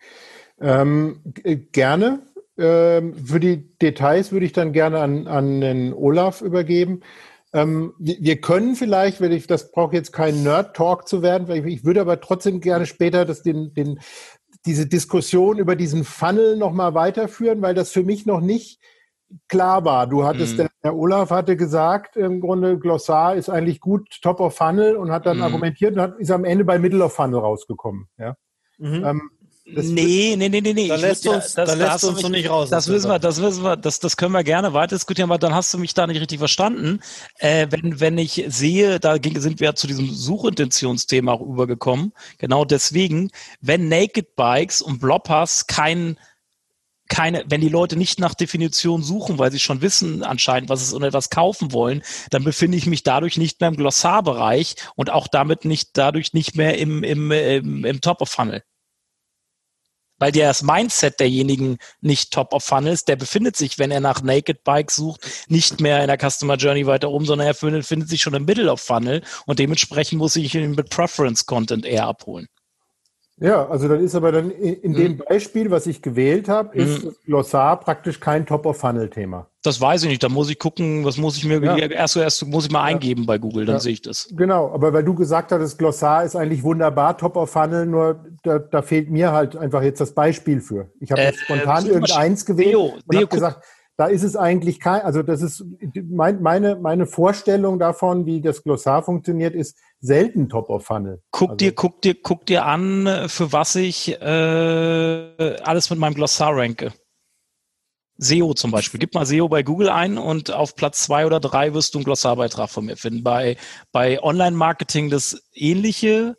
Gerne. Für die Details würde ich dann gerne an den Olaf übergeben. Wir können vielleicht, das braucht jetzt kein Nerd-Talk zu werden, weil ich würde aber trotzdem gerne später diese Diskussion über diesen Funnel nochmal weiterführen, weil das für mich noch nicht klar war. Du hattest, der Olaf hatte gesagt, im Grunde Glossar ist eigentlich gut, Top of Funnel und hat dann argumentiert und ist am Ende bei Middle of Funnel rausgekommen. Ja. Nee. Da lässt uns noch nicht raus. Das wissen wir, das können wir gerne weiter diskutieren, aber dann hast du mich da nicht richtig verstanden. Wenn ich sehe, sind wir zu diesem Suchintentionsthema auch übergekommen. Genau deswegen, wenn Naked Bikes und Bloppers wenn die Leute nicht nach Definition suchen, weil sie schon wissen anscheinend, was es ist und etwas kaufen wollen, dann befinde ich mich dadurch nicht mehr im Glossarbereich und auch dadurch nicht mehr im Top of Funnel. Weil das Mindset derjenigen nicht top of funnel ist, der befindet sich, wenn er nach Naked Bike sucht, nicht mehr in der Customer Journey weiter oben, sondern er befindet sich schon im Middle of Funnel und dementsprechend muss ich ihn mit Preference Content eher abholen. Ja, also dann ist aber dann in dem Beispiel, was ich gewählt habe, ist das Glossar praktisch kein Top-of-Funnel-Thema. Das weiß ich nicht, da muss ich gucken, was muss ich mir erst muss ich mal eingeben bei Google, dann sehe ich das. Genau, aber weil du gesagt hast, das Glossar ist eigentlich wunderbar, Top-of-Funnel, nur da fehlt mir halt einfach jetzt das Beispiel für. Ich habe jetzt spontan irgendeins gewählt und habe gesagt, da ist es eigentlich also das ist meine Vorstellung davon, wie das Glossar funktioniert, ist selten Top of Funnel. Guck dir an, für was ich alles mit meinem Glossar ranke. SEO zum Beispiel. Gib mal SEO bei Google ein und auf Platz 2 oder 3 wirst du einen Glossarbeitrag von mir finden. Bei Online-Marketing das Ähnliche.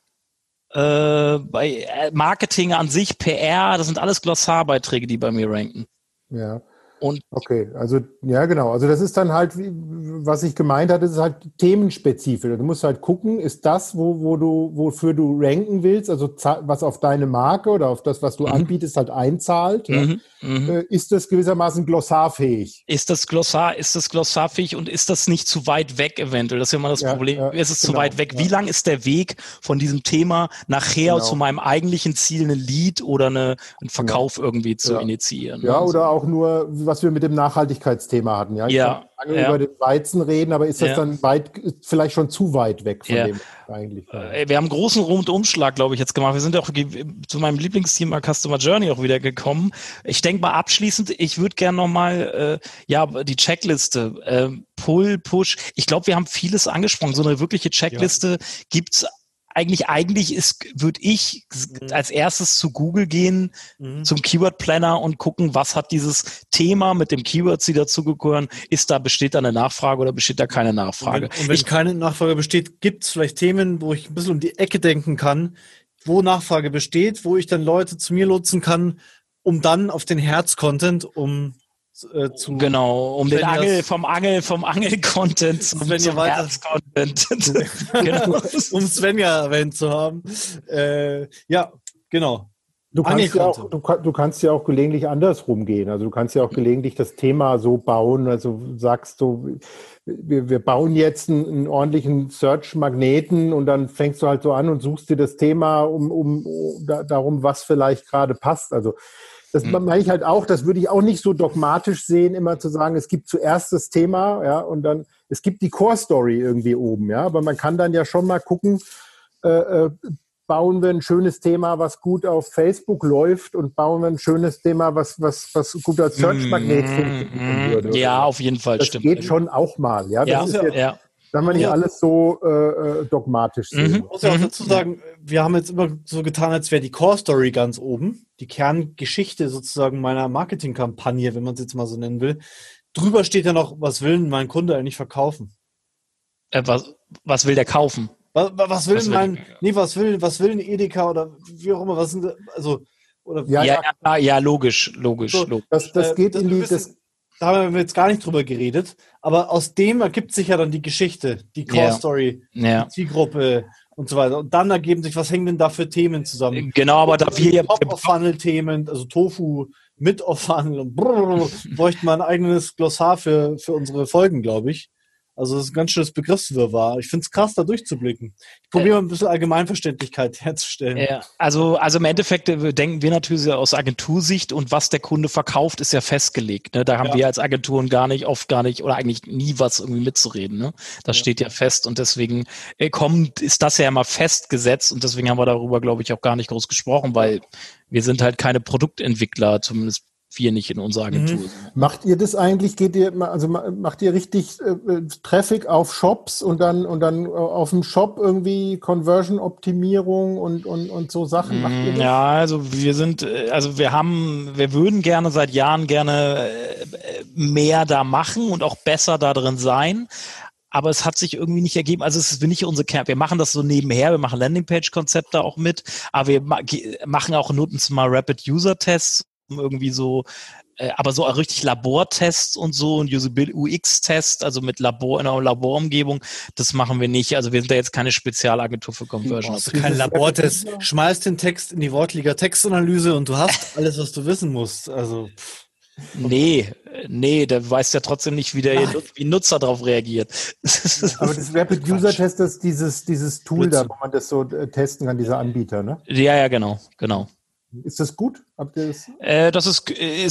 Bei Marketing an sich, PR, das sind alles Glossarbeiträge, die bei mir ranken. Ja. Und okay, also ja genau, also das ist dann halt, was ich gemeint hatte, ist halt themenspezifisch. Du musst halt gucken, ist das, wofür du ranken willst, also was auf deine Marke oder auf das, was du anbietest, halt einzahlt. Ist das gewissermaßen glossarfähig? Ist das glossarfähig und ist das nicht zu weit weg eventuell? Das ist ja immer das Problem. Ist es zu weit weg? Wie lang ist der Weg von diesem Thema nachher zu meinem eigentlichen Ziel, eine Lead oder einen Verkauf irgendwie zu initiieren? Ja, oder auch nur, was wir mit dem Nachhaltigkeitsthema hatten. Ja, ich kann lange über den Weizen reden, aber ist das dann vielleicht schon zu weit weg von dem eigentlich? Wir haben einen großen Rundumschlag, glaube ich, jetzt gemacht. Wir sind auch zu meinem Lieblingsthema Customer Journey auch wieder gekommen. Ich denke mal abschließend, ich würde gerne nochmal die Checkliste, Pull, Push. Ich glaube, wir haben vieles angesprochen. So eine wirkliche Checkliste gibt's eigentlich würde ich als erstes zu Google gehen, zum Keyword Planner und gucken, was hat dieses Thema mit dem Keywords, die dazugehören, besteht da eine Nachfrage oder besteht da keine Nachfrage? Und wenn keine Nachfrage besteht, gibt es vielleicht Themen, wo ich ein bisschen um die Ecke denken kann, wo Nachfrage besteht, wo ich dann Leute zu mir lotsen kann, um dann auf den Herz-Content, vom Angel-Content zum Herz-Content. Genau, um Svenja erwähnt zu haben. Genau. Du kannst ja auch gelegentlich andersrum gehen. Also du kannst ja auch gelegentlich das Thema so bauen. Also sagst du, wir bauen jetzt einen ordentlichen Search-Magneten und dann fängst du halt so an und suchst dir das Thema darum, was vielleicht gerade passt. Also das meine ich halt auch, das würde ich auch nicht so dogmatisch sehen, immer zu sagen, es gibt zuerst das Thema, und dann, es gibt die Core-Story irgendwie oben, aber man kann dann ja schon mal gucken, bauen wir ein schönes Thema, was gut auf Facebook läuft und bauen wir ein schönes Thema, was gut als Search-Magnet funktionieren würde. Ja, auf jeden Fall, das stimmt. Das geht schon auch mal. Ja, das ist jetzt, wenn wir nicht alles so dogmatisch sehen. Ich muss ja auch dazu sagen, wir haben jetzt immer so getan, als wäre die Core-Story ganz oben, die Kerngeschichte sozusagen meiner Marketingkampagne, wenn man es jetzt mal so nennen will. Drüber steht ja noch, was will mein Kunde eigentlich verkaufen? Was will der kaufen? Was will ein Edeka oder wie auch immer, was sind, also, oder. Ja, logisch. So, das geht in die, da haben wir jetzt gar nicht drüber geredet, aber aus dem ergibt sich ja dann die Geschichte, die Core-Story, die Zielgruppe und so weiter. Und dann ergeben sich, was hängen denn da für Themen zusammen? Genau, aber da wir ja Top-of-Funnel-Themen, also Tofu mit Off-Funnel und bräuchten wir ein eigenes Glossar für unsere Folgen, glaube ich. Also das ist ein ganz schönes Begriffswirrwarr. Ich finde es krass, da durchzublicken. Ich probiere mal ein bisschen Allgemeinverständlichkeit herzustellen. Ja, also im Endeffekt denken wir natürlich aus Agentursicht und was der Kunde verkauft, ist ja festgelegt. Ne? Da haben wir als Agenturen oft gar nicht oder eigentlich nie was irgendwie mitzureden. Ne? Das steht ja fest und deswegen ist das ja immer festgesetzt und deswegen haben wir darüber, glaube ich, auch gar nicht groß gesprochen, weil wir sind halt keine Produktentwickler, zumindest wir nicht in unserer Agentur. Macht ihr das eigentlich, macht ihr richtig Traffic auf Shops und dann auf dem Shop irgendwie Conversion-Optimierung und so Sachen? Macht ihr das? Ja, also wir würden gerne seit Jahren mehr da machen und auch besser da drin sein. Aber es hat sich irgendwie nicht ergeben. Also es ist nicht unsere Kern. Wir machen das so nebenher. Wir machen Landingpage-Konzepte auch mit. Aber wir machen auch nutzen mal Rapid-User-Tests, irgendwie so, aber so richtig Labortests und so und UX-Tests, also mit in einer Laborumgebung, das machen wir nicht. Also wir sind da jetzt keine Spezialagentur für Conversion. Also kein Labortest. Schmeiß den Text in die Wortliga Textanalyse und du hast alles, was du wissen musst. Also Nee, der weiß ja trotzdem nicht, wie ein Nutzer darauf reagiert. Aber das Rapid User Test ist dieses Tool da, wo man das so testen kann, dieser Anbieter, ne? Ja, genau. Ist das gut? Habt ihr das?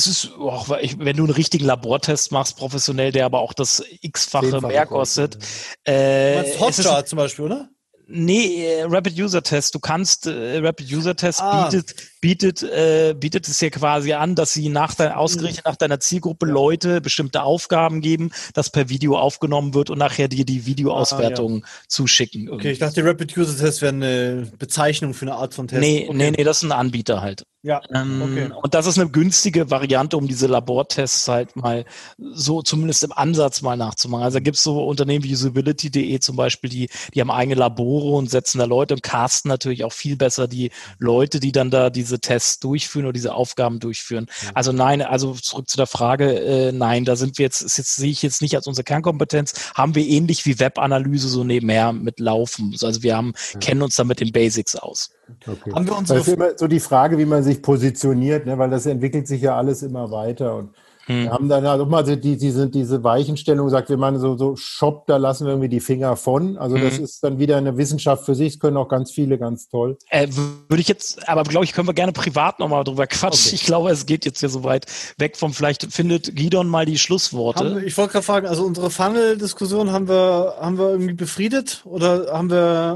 Wenn du einen richtigen Labortest machst, professionell, der aber auch das X-fache mehr kostet. Du meinst Hotjar zum Beispiel, oder? Nee, Rapid User Test. Du kannst, Rapid User Test bietet es dir quasi an, dass sie ausgerichtet nach deiner Zielgruppe Leute bestimmte Aufgaben geben, das per Video aufgenommen wird und nachher dir die Videoauswertung zuschicken. Irgendwie. Okay, ich dachte, Rapid User Test wäre eine Bezeichnung für eine Art von Test. Nee, das ist ein Anbieter halt. Ja, okay. Und das ist eine günstige Variante, um diese Labortests halt mal so zumindest im Ansatz mal nachzumachen. Also da gibt es so Unternehmen wie Usability.de zum Beispiel, die haben eigene Labore und setzen da Leute und casten natürlich auch viel besser die Leute, die dann da diese Tests durchführen oder diese Aufgaben durchführen. Also nein, also zurück zu der Frage, nein, da sind wir sehe ich jetzt nicht als unsere Kernkompetenz, haben wir ähnlich wie Webanalyse so nebenher mit Laufen. Also wir kennen uns da mit den Basics aus. Okay. Das ist immer so die Frage, wie man sich positioniert, ne? Weil das entwickelt sich ja alles immer weiter und wir haben dann halt auch mal diese Weichenstellung gesagt, wir meinen so Shop, da lassen wir irgendwie die Finger von. Also das ist dann wieder eine Wissenschaft für sich, das können auch ganz viele ganz toll. Würde ich jetzt, aber glaube ich, können wir gerne privat nochmal drüber quatschen. Okay. Ich glaube, es geht jetzt hier so weit weg vom, vielleicht findet Gidon mal die Schlussworte. Ich wollte gerade fragen, also unsere Funnel-Diskussion haben wir irgendwie befriedet oder haben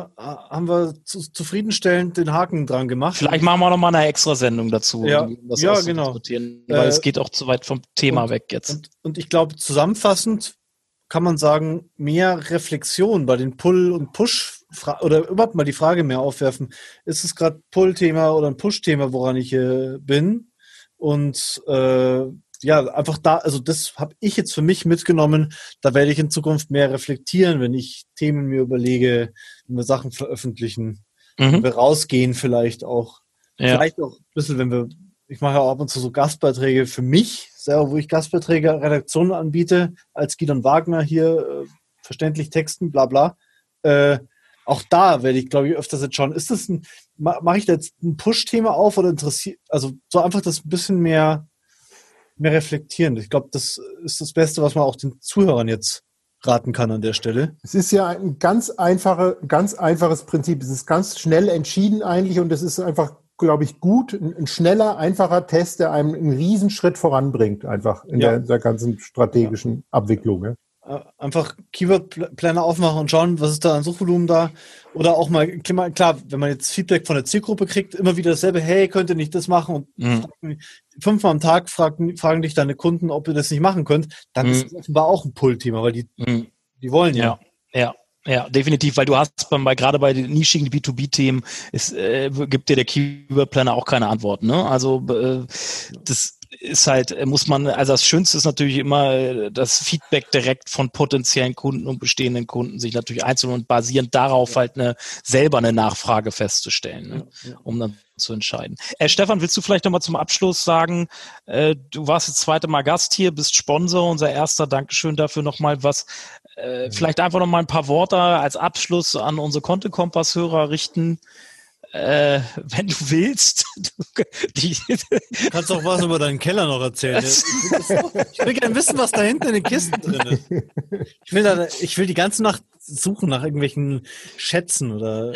wir zufriedenstellend den Haken dran gemacht? Vielleicht machen wir nochmal eine Extra-Sendung dazu, um das genau. Diskutieren, weil es geht auch zu weit vom Thema weg jetzt. Und ich glaube, zusammenfassend kann man sagen, mehr Reflexion bei den Pull- und Push- oder überhaupt mal die Frage mehr aufwerfen, ist es gerade Pull-Thema oder ein Push-Thema, woran ich bin? Und einfach da, also das habe ich jetzt für mich mitgenommen, da werde ich in Zukunft mehr reflektieren, wenn ich Themen mir überlege, wenn wir Sachen veröffentlichen, wenn wir rausgehen vielleicht auch. Ja. Vielleicht auch ein bisschen, ich mache ja ab und zu so Gastbeiträge für mich selber, wo ich Gastbeiträge, Redaktionen anbiete, als Gidon Wagner hier, verständlich texten, bla bla. Auch da werde ich, glaube ich, öfters jetzt schauen, mache ich da jetzt ein Push-Thema auf oder interessiert, also so einfach das ein bisschen mehr reflektieren. Ich glaube, das ist das Beste, was man auch den Zuhörern jetzt raten kann an der Stelle. Es ist ja ein ganz einfaches Prinzip. Es ist ganz schnell entschieden eigentlich und es ist einfach, glaube ich, gut. Ein schneller, einfacher Test, der einem einen Riesenschritt voranbringt, einfach in der ganzen strategischen Abwicklung. Ja. Einfach Keyword-Planner aufmachen und schauen, was ist da an Suchvolumen da. Oder auch mal, klar, wenn man jetzt Feedback von der Zielgruppe kriegt, immer wieder dasselbe, hey, könnt ihr nicht das machen? Und 5-mal am Tag fragen dich deine Kunden, ob ihr das nicht machen könnt. Dann ist das offenbar auch ein Pull-Thema, weil die wollen ja. Ja, definitiv, weil du hast gerade bei den nischigen B2B-Themen, gibt dir der Keyword-Planner auch keine Antwort, ne? Also das ist halt, also das Schönste ist natürlich immer das Feedback direkt von potenziellen Kunden und bestehenden Kunden, sich natürlich einzeln und basierend darauf halt selber eine Nachfrage festzustellen, ne? Um dann zu entscheiden. Stefan, willst du vielleicht nochmal zum Abschluss sagen, du warst das zweite Mal Gast hier, bist Sponsor, unser erster, Dankeschön dafür nochmal, vielleicht einfach nochmal ein paar Worte als Abschluss an unsere Content-Kompass-Hörer richten, wenn du willst. Du kannst auch was über deinen Keller noch erzählen. Ich will gerne wissen, was da hinten in den Kisten drin ist. Ich will die ganze Nacht suchen nach irgendwelchen Schätzen oder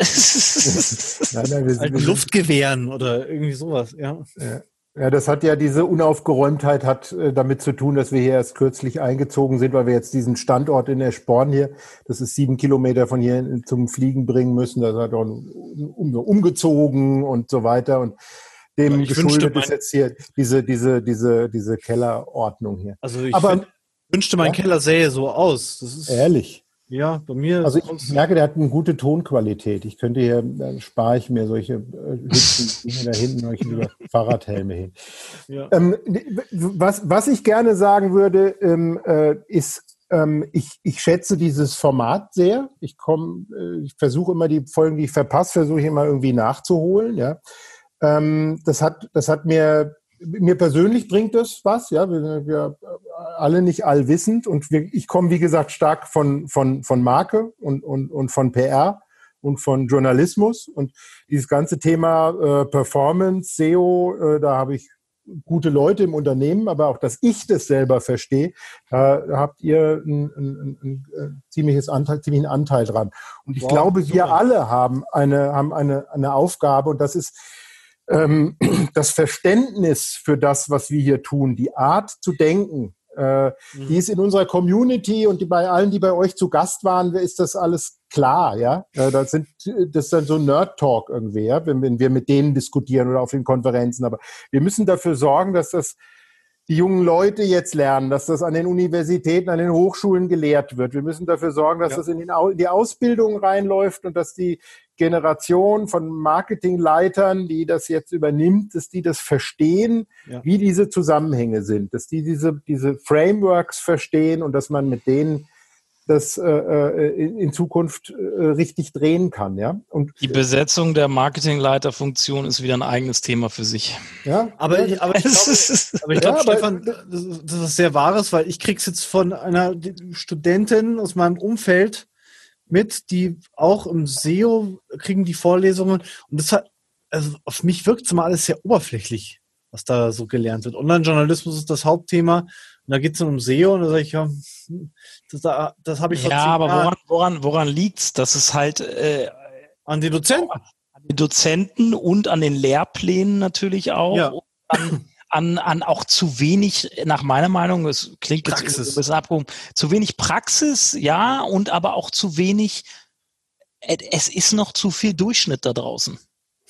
Luftgewehren oder irgendwie sowas. Ja. Ja, das hat ja diese Unaufgeräumtheit hat damit zu tun, dass wir hier erst kürzlich eingezogen sind, weil wir jetzt diesen Standort in Eschborn hier, das ist 7 Kilometer von hier zum Fliegen bringen müssen. Da hat auch umgezogen und so weiter und dem geschuldet ist jetzt hier diese Kellerordnung hier. Also ich wünschte, mein Keller sähe so aus. Das ist ehrlich. Ja, bei mir. Also ich merke, der hat eine gute Tonqualität. Ich könnte hier, dann spare ich mir solche Dinge da hinten, euch über Fahrradhelme hin. Ja. Was ich gerne sagen würde, ist, ich schätze dieses Format sehr. Ich versuche immer die Folgen, die ich verpasse, versuche ich immer irgendwie nachzuholen. Ja, das hat mir persönlich bringt das was, ja, wir alle nicht allwissend und ich komme, wie gesagt, stark von Marke und von PR und von Journalismus und dieses ganze Thema Performance, SEO, da habe ich gute Leute im Unternehmen, aber auch, dass ich das selber verstehe, da habt ihr einen ziemlichen Anteil dran. Und ich glaube, super. Wir alle haben eine Aufgabe und das ist das Verständnis für das, was wir hier tun, die Art zu denken, die ist in unserer Community und bei allen, die bei euch zu Gast waren, ist das alles klar, ja. Das ist dann so Nerd-Talk irgendwie, ja, wenn wir mit denen diskutieren oder auf den Konferenzen. Aber wir müssen dafür sorgen, dass das die jungen Leute jetzt lernen, dass das an den Universitäten, an den Hochschulen gelehrt wird. Wir müssen dafür sorgen, dass das in die Ausbildung reinläuft und dass die Generation von Marketingleitern, die das jetzt übernimmt, dass die das verstehen, wie diese Zusammenhänge sind, dass die diese Frameworks verstehen und dass man mit denen das in Zukunft richtig drehen kann, ja. Und die Besetzung der Marketingleiterfunktion ist wieder ein eigenes Thema für sich. Ja, aber ich glaube, Stefan, das ist sehr Wahres, weil ich krieg's jetzt von einer Studentin aus meinem Umfeld mit, die auch im SEO kriegen die Vorlesungen und das hat, also auf mich wirkt es immer alles sehr oberflächlich, was da so gelernt wird. Online-Journalismus ist das Hauptthema. Und da geht es um SEO und da sage ich, das habe ich schon. Ja, aber woran liegt's? Das ist halt an den Dozenten. An den Dozenten und an den Lehrplänen natürlich auch. Ja. An auch zu wenig, nach meiner Meinung, es klingt Praxis. Jetzt ein bisschen abgehoben, zu wenig Praxis, ja, und aber auch zu wenig, es ist noch zu viel Durchschnitt da draußen.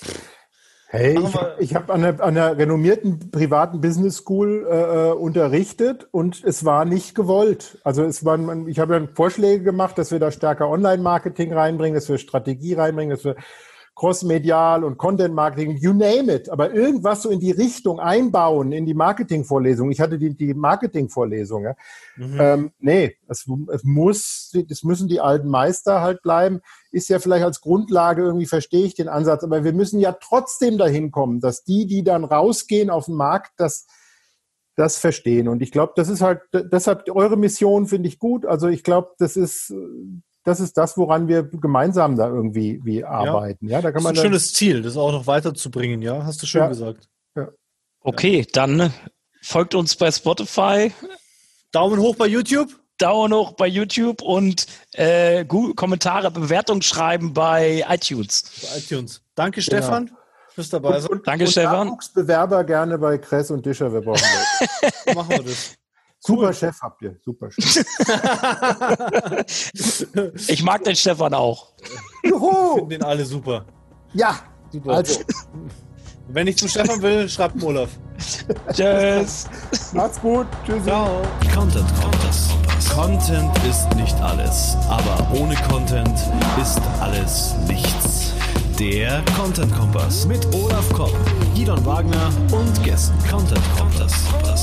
Hey, ich hab an einer renommierten privaten Business School unterrichtet und es war nicht gewollt. Also ich habe dann Vorschläge gemacht, dass wir da stärker Online-Marketing reinbringen, dass wir Strategie reinbringen, dass wir Cross-Medial und Content-Marketing, you name it, aber irgendwas so in die Richtung einbauen, in die Marketing-Vorlesung. Ich hatte die Marketing-Vorlesung. Ja. Nee, es müssen die alten Meister halt bleiben. Ist ja vielleicht als Grundlage, irgendwie verstehe ich den Ansatz, aber wir müssen ja trotzdem dahin kommen, dass die dann rausgehen auf den Markt, das verstehen. Und ich glaube, das ist halt, deshalb eure Mission finde ich gut. Also ich glaube, das ist das, woran wir gemeinsam da irgendwie arbeiten. Ja, da kann man das ist ein schönes Ziel, das auch noch weiterzubringen, ja? Hast du schön gesagt. Ja. Okay, dann folgt uns bei Spotify. Daumen hoch bei YouTube. Daumen hoch bei YouTube und Kommentare, Bewertungen schreiben bei iTunes. Danke, Stefan, fürs dabei sein. Danke, Stefan. Nachwuchsbewerber gerne bei Kress und Discher, wir brauchen das. Machen wir das. Super Chef habt ihr, super Chef. Ich mag den Stefan auch. Juhu! Finden den alle super. Ja, Super. also, Wenn ich zu Stefan will, schreibt mir Olaf. Tschüss. macht's gut. Tschüss. Ciao. Content Kompass. Content ist nicht alles, aber ohne Content ist alles nichts. Der Content Kompass mit Olaf Kopp, Gidon Wagner und Gästen. Content Kompass.